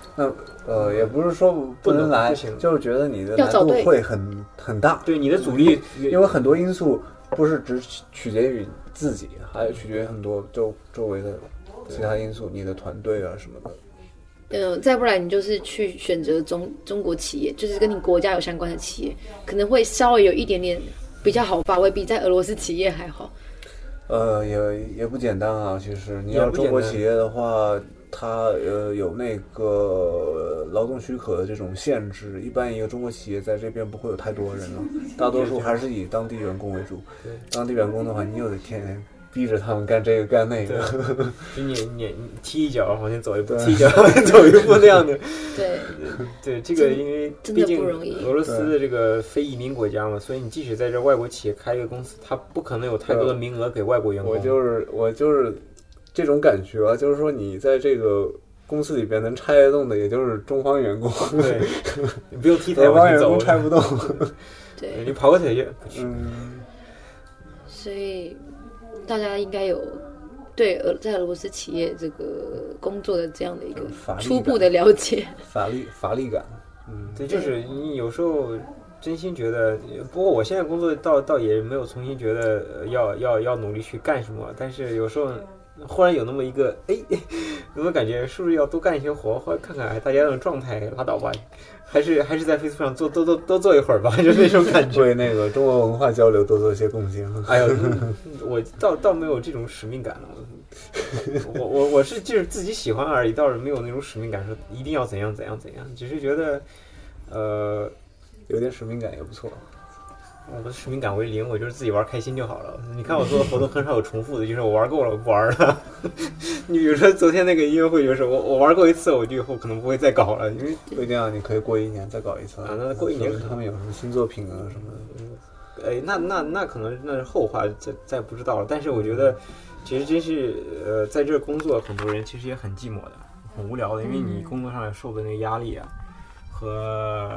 那也不是说不能来，就是觉得你的难度会很大， 对你的阻力， 因为很多因素不是只取决于自己，还有取决于很多周围的其他因素，你的团队啊什么的。 再不然你就是去选择中国企业，就是跟你国家有相关的企业，可能会稍微有一点点比较好发挥，比在俄罗斯企业还好。 也不简单啊，其实你要中国企业的话，它有那个劳动许可的这种限制，一般一个中国企业在这边不会有太多人了，大多数还是以当地员工为主。当地员工的话，你又得天天逼着他们干这个干那个， 就你踢一脚往前走一步，踢一脚往前走一步那样的。对，这个因为毕竟俄罗斯的这个非移民国家嘛，所以你即使在这外国企业开一个公司，它不可能有太多的名额给外国员工。 我就是这种感觉啊，就是说你在这个公司里边能拆得动的，也就是中方员工。 对，你不用踢腿往前走，员工拆不动。 对， 你跑个腿就不去。 所以大家应该有对在俄罗斯企业这个工作的这样的一个初步的了解， 法律感。 对，就是你有时候真心觉得，不过我现在工作倒也没有重新觉得要努力去干什么，但是有时候忽然有那么一个有没有感觉是不是要多干一些活，或者看看大家那种状态，拉倒吧，还是在 Facebook 上多做一会儿吧，就那种感觉。 为那个中国文化交流多做一些贡献。 哎呦，我倒没有这种使命感了。我是就是自己喜欢而已，倒是没有那种使命感，说一定要怎样，只是觉得有点使命感也不错。 我的使命感为零，我就是自己玩开心就好了。你看我做的活动很少有重复的，就是我玩够了我不玩了。你比如说昨天那个音乐会，就是我玩过一次，我就以后可能不会再搞了，因为不一定啊，你可以过1年再搞一次啊。那过1年他们有什么新作品啊什么的。那可能那是后话，再不知道了。但是我觉得，其实真是在这工作，很多人其实也很寂寞的，很无聊的，因为你工作上受的那个压力啊，和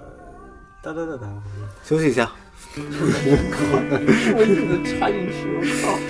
休息一下。 我真的插进去，我靠！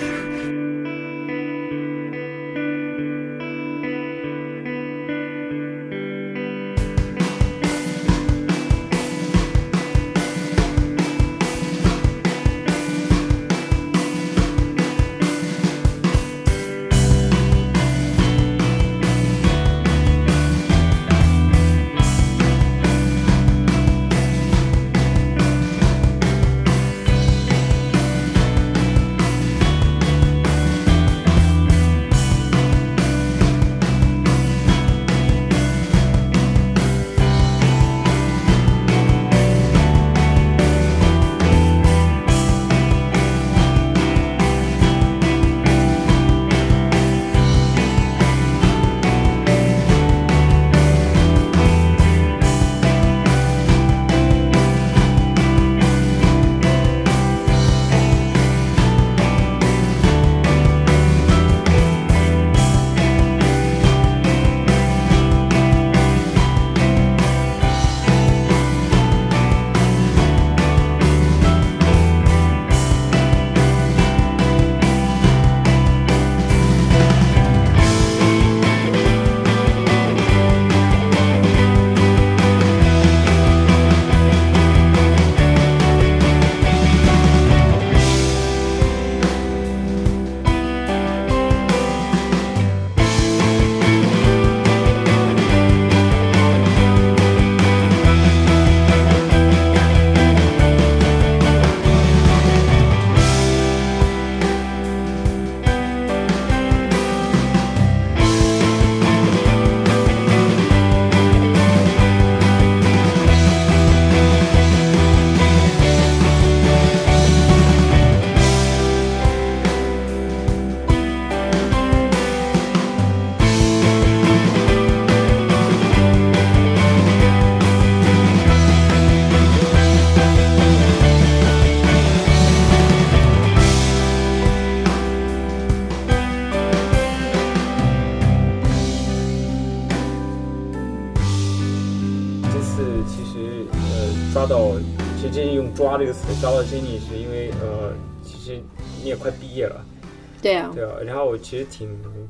抓到，其实真正用抓这个词抓到Jenny是因为其实你也快毕业了。 对啊。 对啊，然后我其实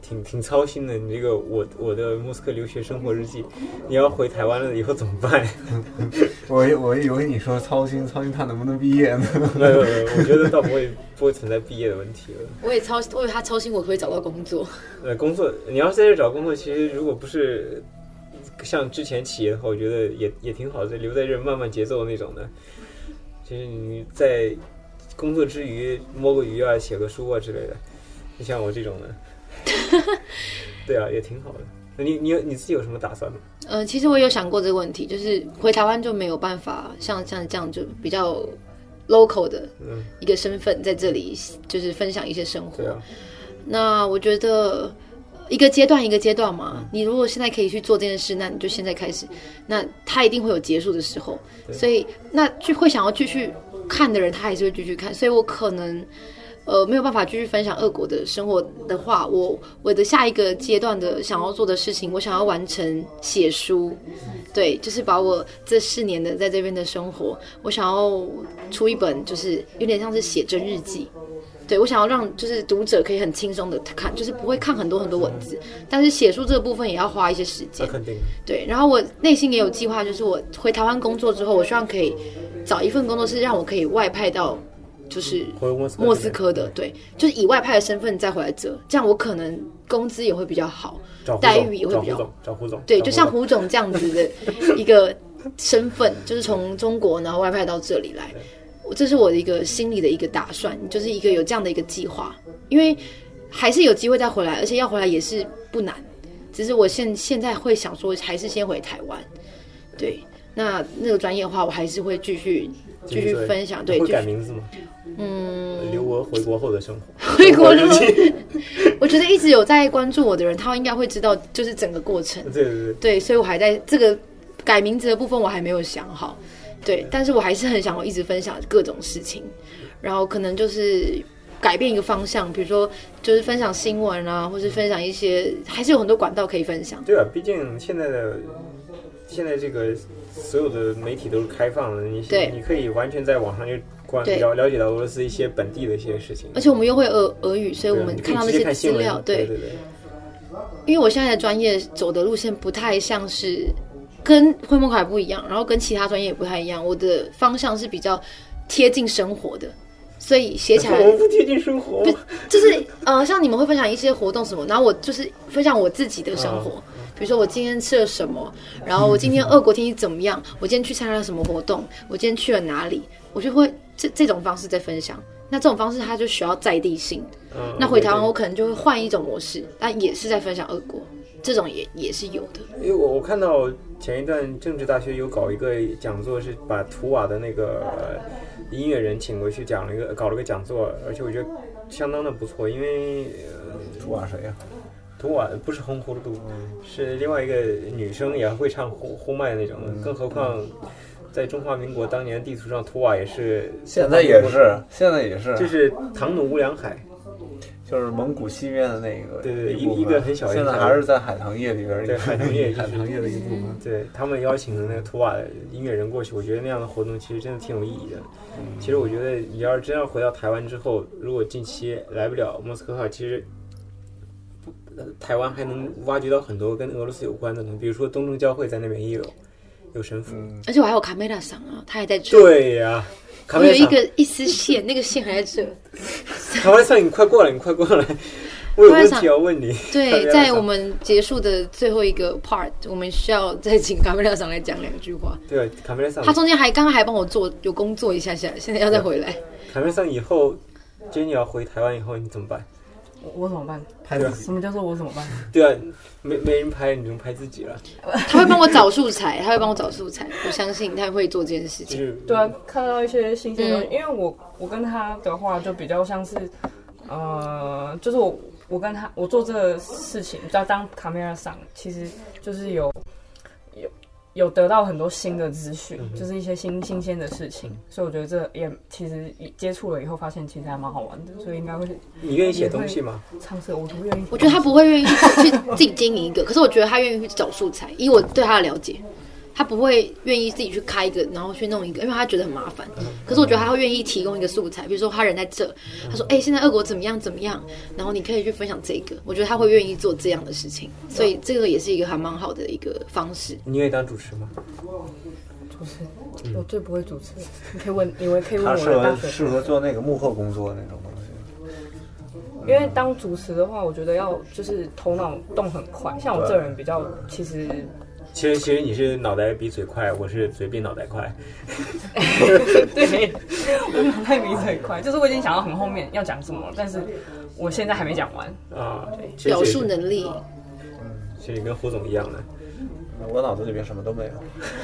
挺操心的。你这个我的莫斯科留学生活日记，你要回台湾了以后怎么办？ 我以为你说操心他能不能毕业呢？ 没有，我觉得倒不会存在毕业的问题了。 我以为他操心我会找到工作。 工作你要是在这找工作，其实如果不是像之前企业的话，我觉得也挺好的，留在这慢慢节奏那种的。其实你在工作之余摸个鱼啊，写个书啊之类的，你像我这种的，对啊，也挺好的。那你自己有什么打算吗？ 其实我有想过这个问题，就是回台湾就没有办法像这样就比较 local 的一个身份在这里，就是分享一些生活。 啊、 那我觉得一个阶段一个阶段嘛，你如果现在可以去做这件事，那你就现在开始，那它一定会有结束的时候。所以那就会想要继续看的人，他还是会继续看。所以我可能没有办法继续分享俄国的生活的话，我的下一个阶段的想要做的事情，我想要完成写书。对，就是把我这4年的在这边的生活，我想要出一本，就是有点像是写真日记。对，我想要让就是读者可以很轻松的看，就是不会看很多很多文字，但是写书这个部分也要花一些时间。 肯定。 对，然后我内心也有计划，就是我回台湾工作之后，我希望可以找一份工作是让我可以外派到就是莫斯科的，对，就是以外派的身份再回来这样我可能工资也会比较好，待遇也会比较好。 找胡总， 对，就像胡总这样子的一个身份，就是从中国然后外派到这里来。这是我的一个心里的一个打算，就是一个有这样的一个计划，因为还是有机会再回来，而且要回来也是不难，只是我现在会想说，还是先回台湾。对，那个专业的话，我还是会继续分享。对， 会改名字吗？留俄回国后的生活。 回国后，我觉得一直有在关注我的人，他应该会知道，就是整个过程。对，所以我还在这个改名字的部分，我还没有想好。对，但是我还是很想要一直分享各种事情，然后可能就是改变一个方向，比如说就是分享新闻啊，或是分享一些，还是有很多管道可以分享。 对啊，毕竟现在这个所有的媒体都是开放的，你可以完全在网上就了解到俄罗斯一些本地的一些事情， 而且我们又会俄语，所以我们看到那些资料，对。因为我现在的专业走的路线不太像是。跟会梦考不一样，然后跟其他专业也不太一样。我的方向是比较贴近生活的，所以写起来我不贴近生活， 就是像你们会分享一些活动什么，然后我就是分享我自己的生活，比如说我今天吃了什么，然后我今天俄国天气怎么样，我今天去参加了什么活动，我今天去了哪里，我就会这种方式在分享。那这种方式它就需要在地性。那回台湾我可能就会换一种模式，但也是在分享俄国。这种也是有的， 因为我看到前一段政治大学有搞一个讲座，是把图瓦的那个音乐人请过去搞了个讲座，而且我觉得相当的不错。因为图瓦谁呀？ 图瓦不是红葫芦肚，是另外一个女生也会唱呼麦那种，更何况在中华民国当年地图上，图瓦也是， 现在也是， 就是唐努乌梁海。 就是蒙古西边的那个， 对，一个很小的， 现在还是在海棠叶里边， 对，海棠叶的一部分。 对，他们邀请的那个图瓦的音乐人过去，我觉得那样的活动其实真的挺有意义的。其实我觉得你要是真要回到台湾之后，如果近期来不了莫斯科的话，其实台湾还能挖掘到很多跟俄罗斯有关的东西，比如说东正教会在那边也有神父， 而且我还有卡梅拉桑啊，他还在这。 对呀。 我有一丝线，那个线还在这。 卡梅拉桑，你快过来！我有问题要问你。 对，在我们结束的最后一个 part， 我们需要再请卡梅拉桑来讲2句话。 对，卡梅拉桑， 他中间刚刚还帮我有工作一下，现在要再回来。 卡梅拉桑以后，Jenny要回台湾以后，你怎么办？ 我怎么办？ 拍的什么叫做我怎么办？ 对啊，没人拍，你就拍自己了。 他会帮我找素材，我相信他会做这件事情。 对啊，看到一些新鲜的，因为我跟他的话就比较像是，就是我跟他做这个事情，要当卡梅拉桑，其实就是有得到很多新的资讯，就是一些新鲜的事情，所以我觉得这也其实接触了以后，发现其实还蛮好玩的，所以应该会。 你愿意写东西吗？ 尝试，我不愿意。 我觉得他不会愿意去自己经营一个，可是我觉得他愿意去找素材，以我对他的了解， 他不会愿意自己去开一个，然后去弄一个，因为他觉得很麻烦。可是我觉得他会愿意提供一个素材，比如说他人在这，他说：“现在俄国怎么样怎么样？”然后你可以去分享这个。我觉得他会愿意做这样的事情，所以这个也是一个还蛮好的一个方式。 你愿意当主持吗？ 主持，我最不会主持。你可以问我的大学。 适合做那个幕后工作那种东西。 因为当主持的话，我觉得要就是头脑动很快，像我这人比较其实你是脑袋比嘴快，我是嘴比脑袋快。 对，我脑袋比嘴快，就是我已经想到很后面要讲什么，但是我现在还没讲完啊。 表述能力， 其实你跟胡总一样的， 我脑子里面什么都没有。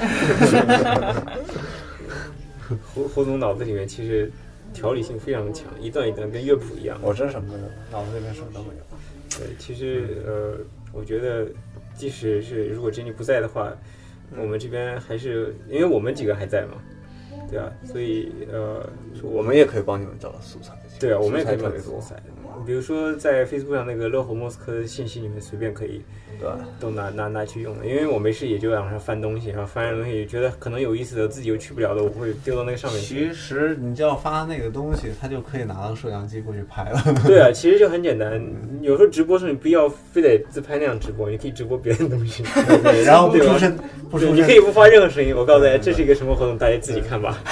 胡总脑子里面其实条理性非常强，一段一段跟乐谱一样。 我真什么都没有，脑子里面什么都没有。 对，其实我觉得即使是如果Jenny不在的话，我们这边还是因为我们几个还在嘛，对啊，所以我们也可以帮你们找到素材。 对啊，我们也可以找到素材。比如说在 Facebook 上那个乐活莫斯科的信息里面随便可以，对，都拿去用的。因为我没事也就往上翻东西，然后翻上东西觉得可能有意思的，自己又去不了的，我会丢到那个上面去。 其实你只要发那个东西，它就可以拿到摄像机过去拍了。 对啊，其实就很简单。有时候直播时候你不要非得自拍那样直播，你可以直播别的东西。 对，然后不出声， 你可以不发任何声音。我告诉大家，这是一个什么活动，大家自己看吧。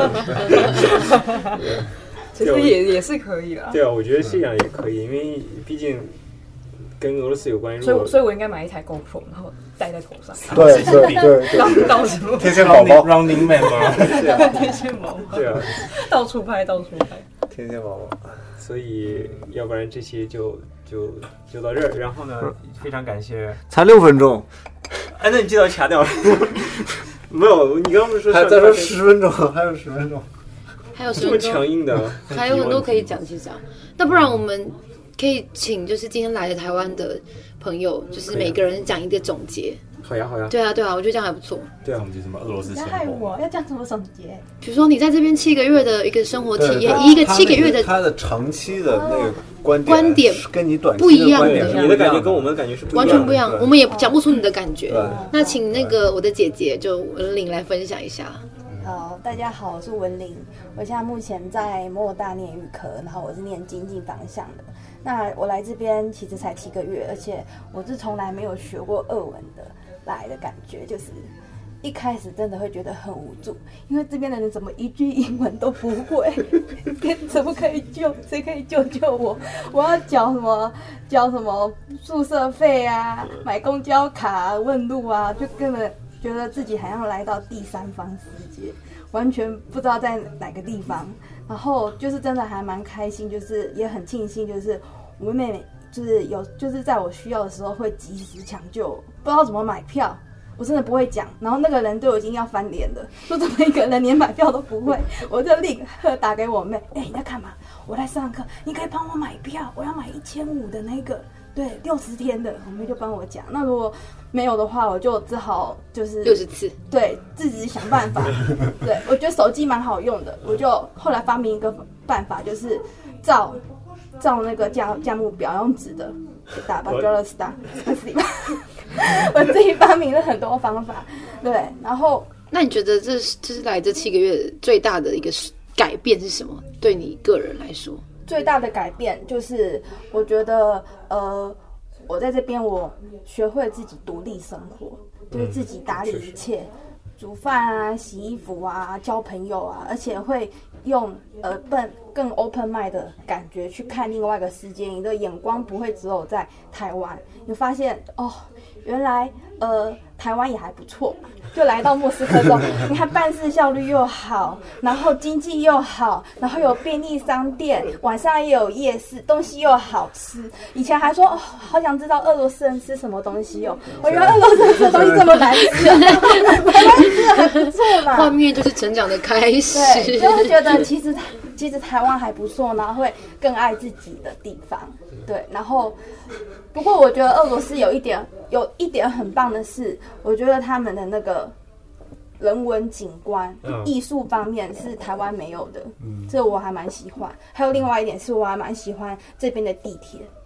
其实也是可以啦。 对啊，我觉得这样也可以，因为毕竟跟俄罗斯有关。 所以我应该买一台 GoPro， 然后戴在头上。 对， 到处天线宝宝 Running Man 吗？ 天线宝宝。 对啊， 到处拍。 天线宝宝。 所以要不然这期就到这儿。然后呢，非常感谢。 才6分钟。 那你这道卡掉了。没有，你刚刚不是说还再说10分钟，还有10分钟。 还有这么强硬的， 还有很多可以讲，其实啊。那不然我们可以请就是今天来的台湾的朋友，就是每个人讲一个总结。 好呀。 对啊，我觉得这样还不错。 对啊， 总结什么俄罗斯生活？ 害我要讲什么总结？ 比如说你在这边7个月的一个生活体验，一个7个月的他的长期的那个观点跟你短期不一样的， 你的感觉跟我们的感觉是完全不一样，我们也讲不出你的感觉。那请那个我的姐姐就文玲来分享一下。 大家好，我是文玲，我现在目前在摩尔大念预科，然后我是念经济方向的。那我来这边其实才7个月，而且我是从来没有学过俄文的，来的感觉就是一开始真的会觉得很无助，因为这边的人怎么一句英文都不会，怎么可以救？谁可以救我？我要缴什么宿舍费啊，买公交卡、问路啊，就根本觉得自己好像来到第三方世界，完全不知道在哪个地方。然后就是真的还蛮开心，就是也很庆幸，就是我们妹妹就是在我需要的时候会及时抢救，不知道怎么买票。我真的不会讲，然后那个人对我已经要翻脸了，说怎么一个人连买票都不会，我就立刻打给我妹，你在干嘛？我在上课，你可以帮我买票，我要买1500的那个，对，60天的，我妹就帮我讲。那如果没有的话，我就只好就是 60次， 对，自己想办法。对，我觉得手机蛮好用的，我就后来发明一个办法，就是照那个价目表，用纸的打吧 ，Dollar 我自己发明了很多方法，对，然后那你觉得这是来这7个月最大的一个改变是什么？对你个人来说， 最大的改变就是我觉得我在这边我学会自己独立生活，就是自己打理一切，煮饭啊、洗衣服啊、交朋友啊，而且会用更 open mind 的感觉去看另外一个世界，你的眼光不会只有在台湾，你发现原来台湾也还不错，就来到莫斯科之后，你看办事效率又好，然后经济又好，然后有便利商店，晚上也有夜市，东西又好吃。以前还说好想知道俄罗斯人吃什么东西我原来俄罗斯人吃的东西这么难吃台湾吃的还不错嘛。 画面就是成长的开始， 对，就会觉得其实台湾还不错，然后会更爱自己的地方，对，然后。不过我觉得俄罗斯有一点很棒的是，我觉得他们的那个人文景观、艺术方面是台湾没有的，这我还蛮喜欢。还有另外一点是我还蛮喜欢这边的地铁，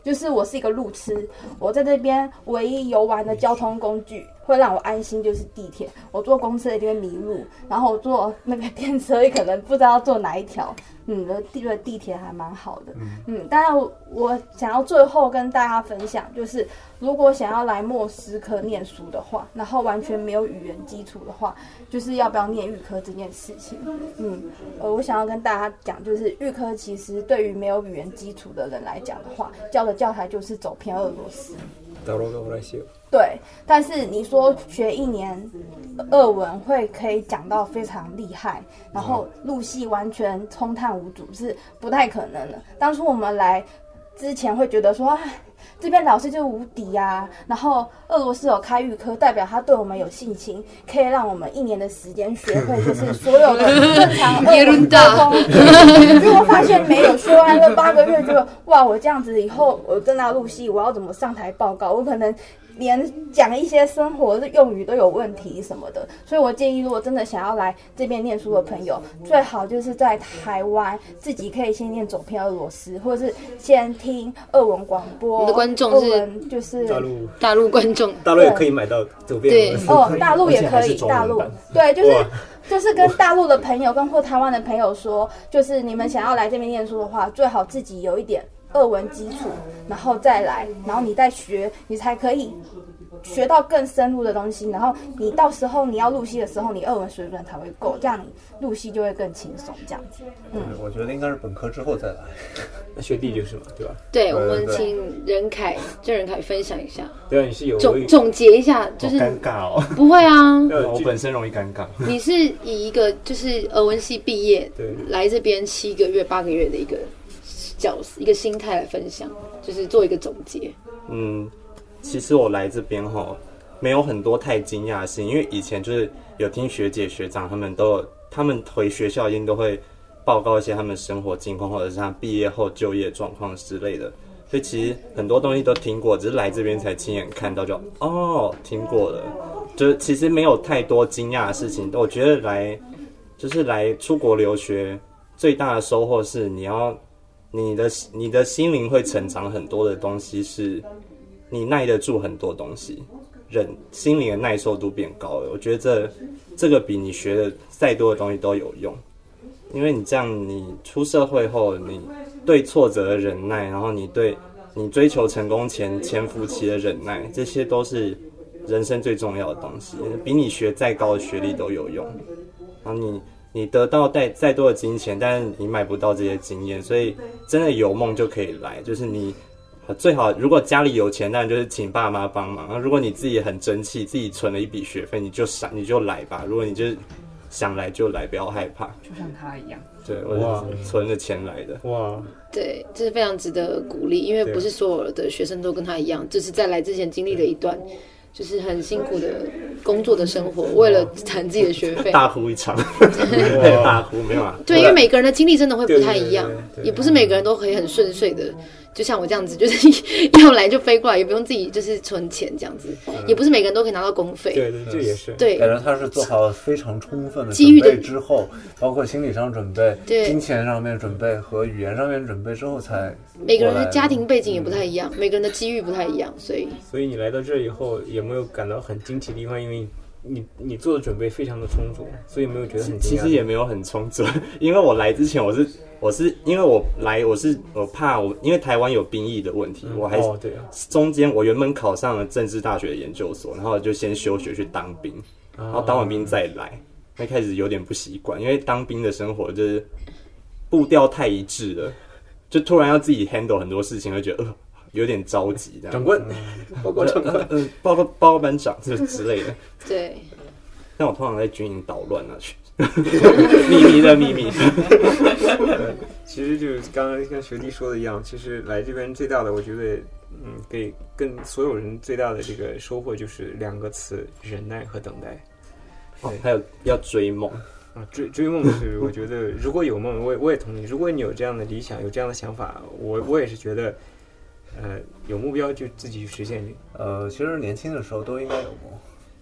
就是我是一个路痴，我在这边唯一游玩的交通工具会让我安心就是地铁。我坐公车一定会迷路，然后我坐那个电车也可能不知道坐哪一条。地铁还蛮好的。当然我想要最后跟大家分享，就是如果想要来莫斯科念书的话，然后完全没有语言基础的话，就是要不要念预科这件事情。我想要跟大家讲，就是预科其实对于没有语言基础的人来讲的话，教的教材就是走偏俄罗斯。对，但是你说学1年俄文可以讲到非常厉害，然后入系完全冲探无阻是不太可能的。当初我们来之前会觉得说，这边老师就是无敌啊，然后俄罗斯有开预科，代表他对我们有信心，可以让我们1年的时间学会就是所有的正常俄文沟通。结果发现没有，学完了8个月就哇，我这样子以后我真的要入系，我要怎么上台报告？我可能连讲一些生活的用语都有问题什么的，所以我建议，如果真的想要来这边念书的朋友，最好就是在台湾自己可以先念走偏俄罗斯，或者是先听俄文广播。 我的观众是就是大陆观众， 大陆也可以买到走偏俄罗斯。 大陆也可以，大陆对，就是跟大陆的朋友，跟或台湾的朋友说，就是你们想要来这边念书的话，最好自己有一点俄文基础，然后再来，然后你再学，你才可以学到更深入的东西。然后你到时候你要入系的时候，你俄文水准才会够，这样你入系就会更轻松。这样子， 我觉得应该是本科之后再来。 那学弟就是嘛，对吧？ 对，我们请郑仁凯分享一下。 对啊，你是有总结一下，就是好尴尬哦。 不会啊， 我本身容易尴尬。 你是以一个就是俄文系毕业，来这边7个月、8个月的一个心态来分享，就是做一个总结。 其实我来这边没有很多太惊讶的事情，因为以前就是有听学姐学长他们回学校一定都会报告一些他们生活近况，或者是他毕业后就业状况之类的，所以其实很多东西都听过，只是来这边才亲眼看到听过了，就是其实没有太多惊讶的事情。我觉得来出国留学最大的收获是你的心灵会成长很多的东西，是你耐得住很多东西，心灵的耐受度变高了。我觉得这个比你学的再多的东西都有用，因为你这样，你出社会后，你对挫折的忍耐，然后你追求成功前潜伏期的忍耐，这些都是人生最重要的东西，比你学再高的学历都有用。然后你得到再多的金钱，但是你买不到这些经验，所以真的有梦就可以来。就是你最好，如果家里有钱，当然就是请爸妈帮忙。如果你自己很争气，自己存了一笔学费，你就来吧。如果你就是想来就来，不要害怕。 就像他一样。 对，我是存了钱来的。 哇， 对，这是非常值得鼓励，因为不是所有的学生都跟他一样，就是在来之前经历了一段就是很辛苦的工作的生活，为了谈自己的学费， 大哭一场，大哭没有啊？ 对，因为每个人的经历真的会不太一样，也不是每个人都可以很顺遂的，就像我这样子，就是要来就飞过来，也不用自己就是存钱这样子，也不是每个人都可以拿到公费。 对，这也是。 对， 感觉他是做好非常充分的准备之后，包括心理上准备、金钱上面准备和语言上面准备之后才。 每个人的家庭背景也不太一样，每个人的机遇不太一样，所以你来到这以后有没有感到很惊奇的地方？因为你做的准备非常的充足，所以没有觉得很惊讶。 其实也没有很充足，因为我来之前我是因为我怕因为台湾有兵役的问题，我还中间我原本考上了政治大学的研究所，然后就先休学去当兵，然后当完兵再来，那开始有点不习惯，因为当兵的生活就是步调太一致了，就突然要自己 handle 很多事情，会觉得有点着急这样。 长官，报告长官， 报告班长之类的。 对。 但我通常在军营捣乱去。秘密。 其实就是刚刚跟学弟说的一样，其实来这边最大的，我觉得，给跟所有人最大的这个收获就是2个词：忍耐和等待。 还有要追梦。 追梦是我觉得如果有梦，我也同意。如果你有这样的理想，有这样的想法，我也是觉得，有目标就自己去实现。 其实年轻的时候都应该有梦。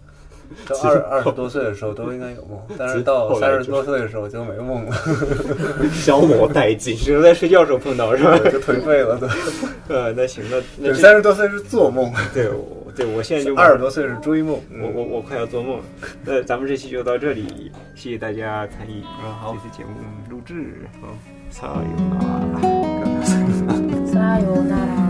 到20多岁的时候都应该有梦，但是到30多岁的时候就没梦了， 消磨殆尽， 只能在睡觉时候碰到是吧？ 就颓废了， 对。那行，那 30多岁是做梦， 对，我现在就 20多岁是追梦， 我快要做梦了。那咱们这期就到这里，谢谢大家参与好这次节目录制，撒由那拉， 撒由那拉。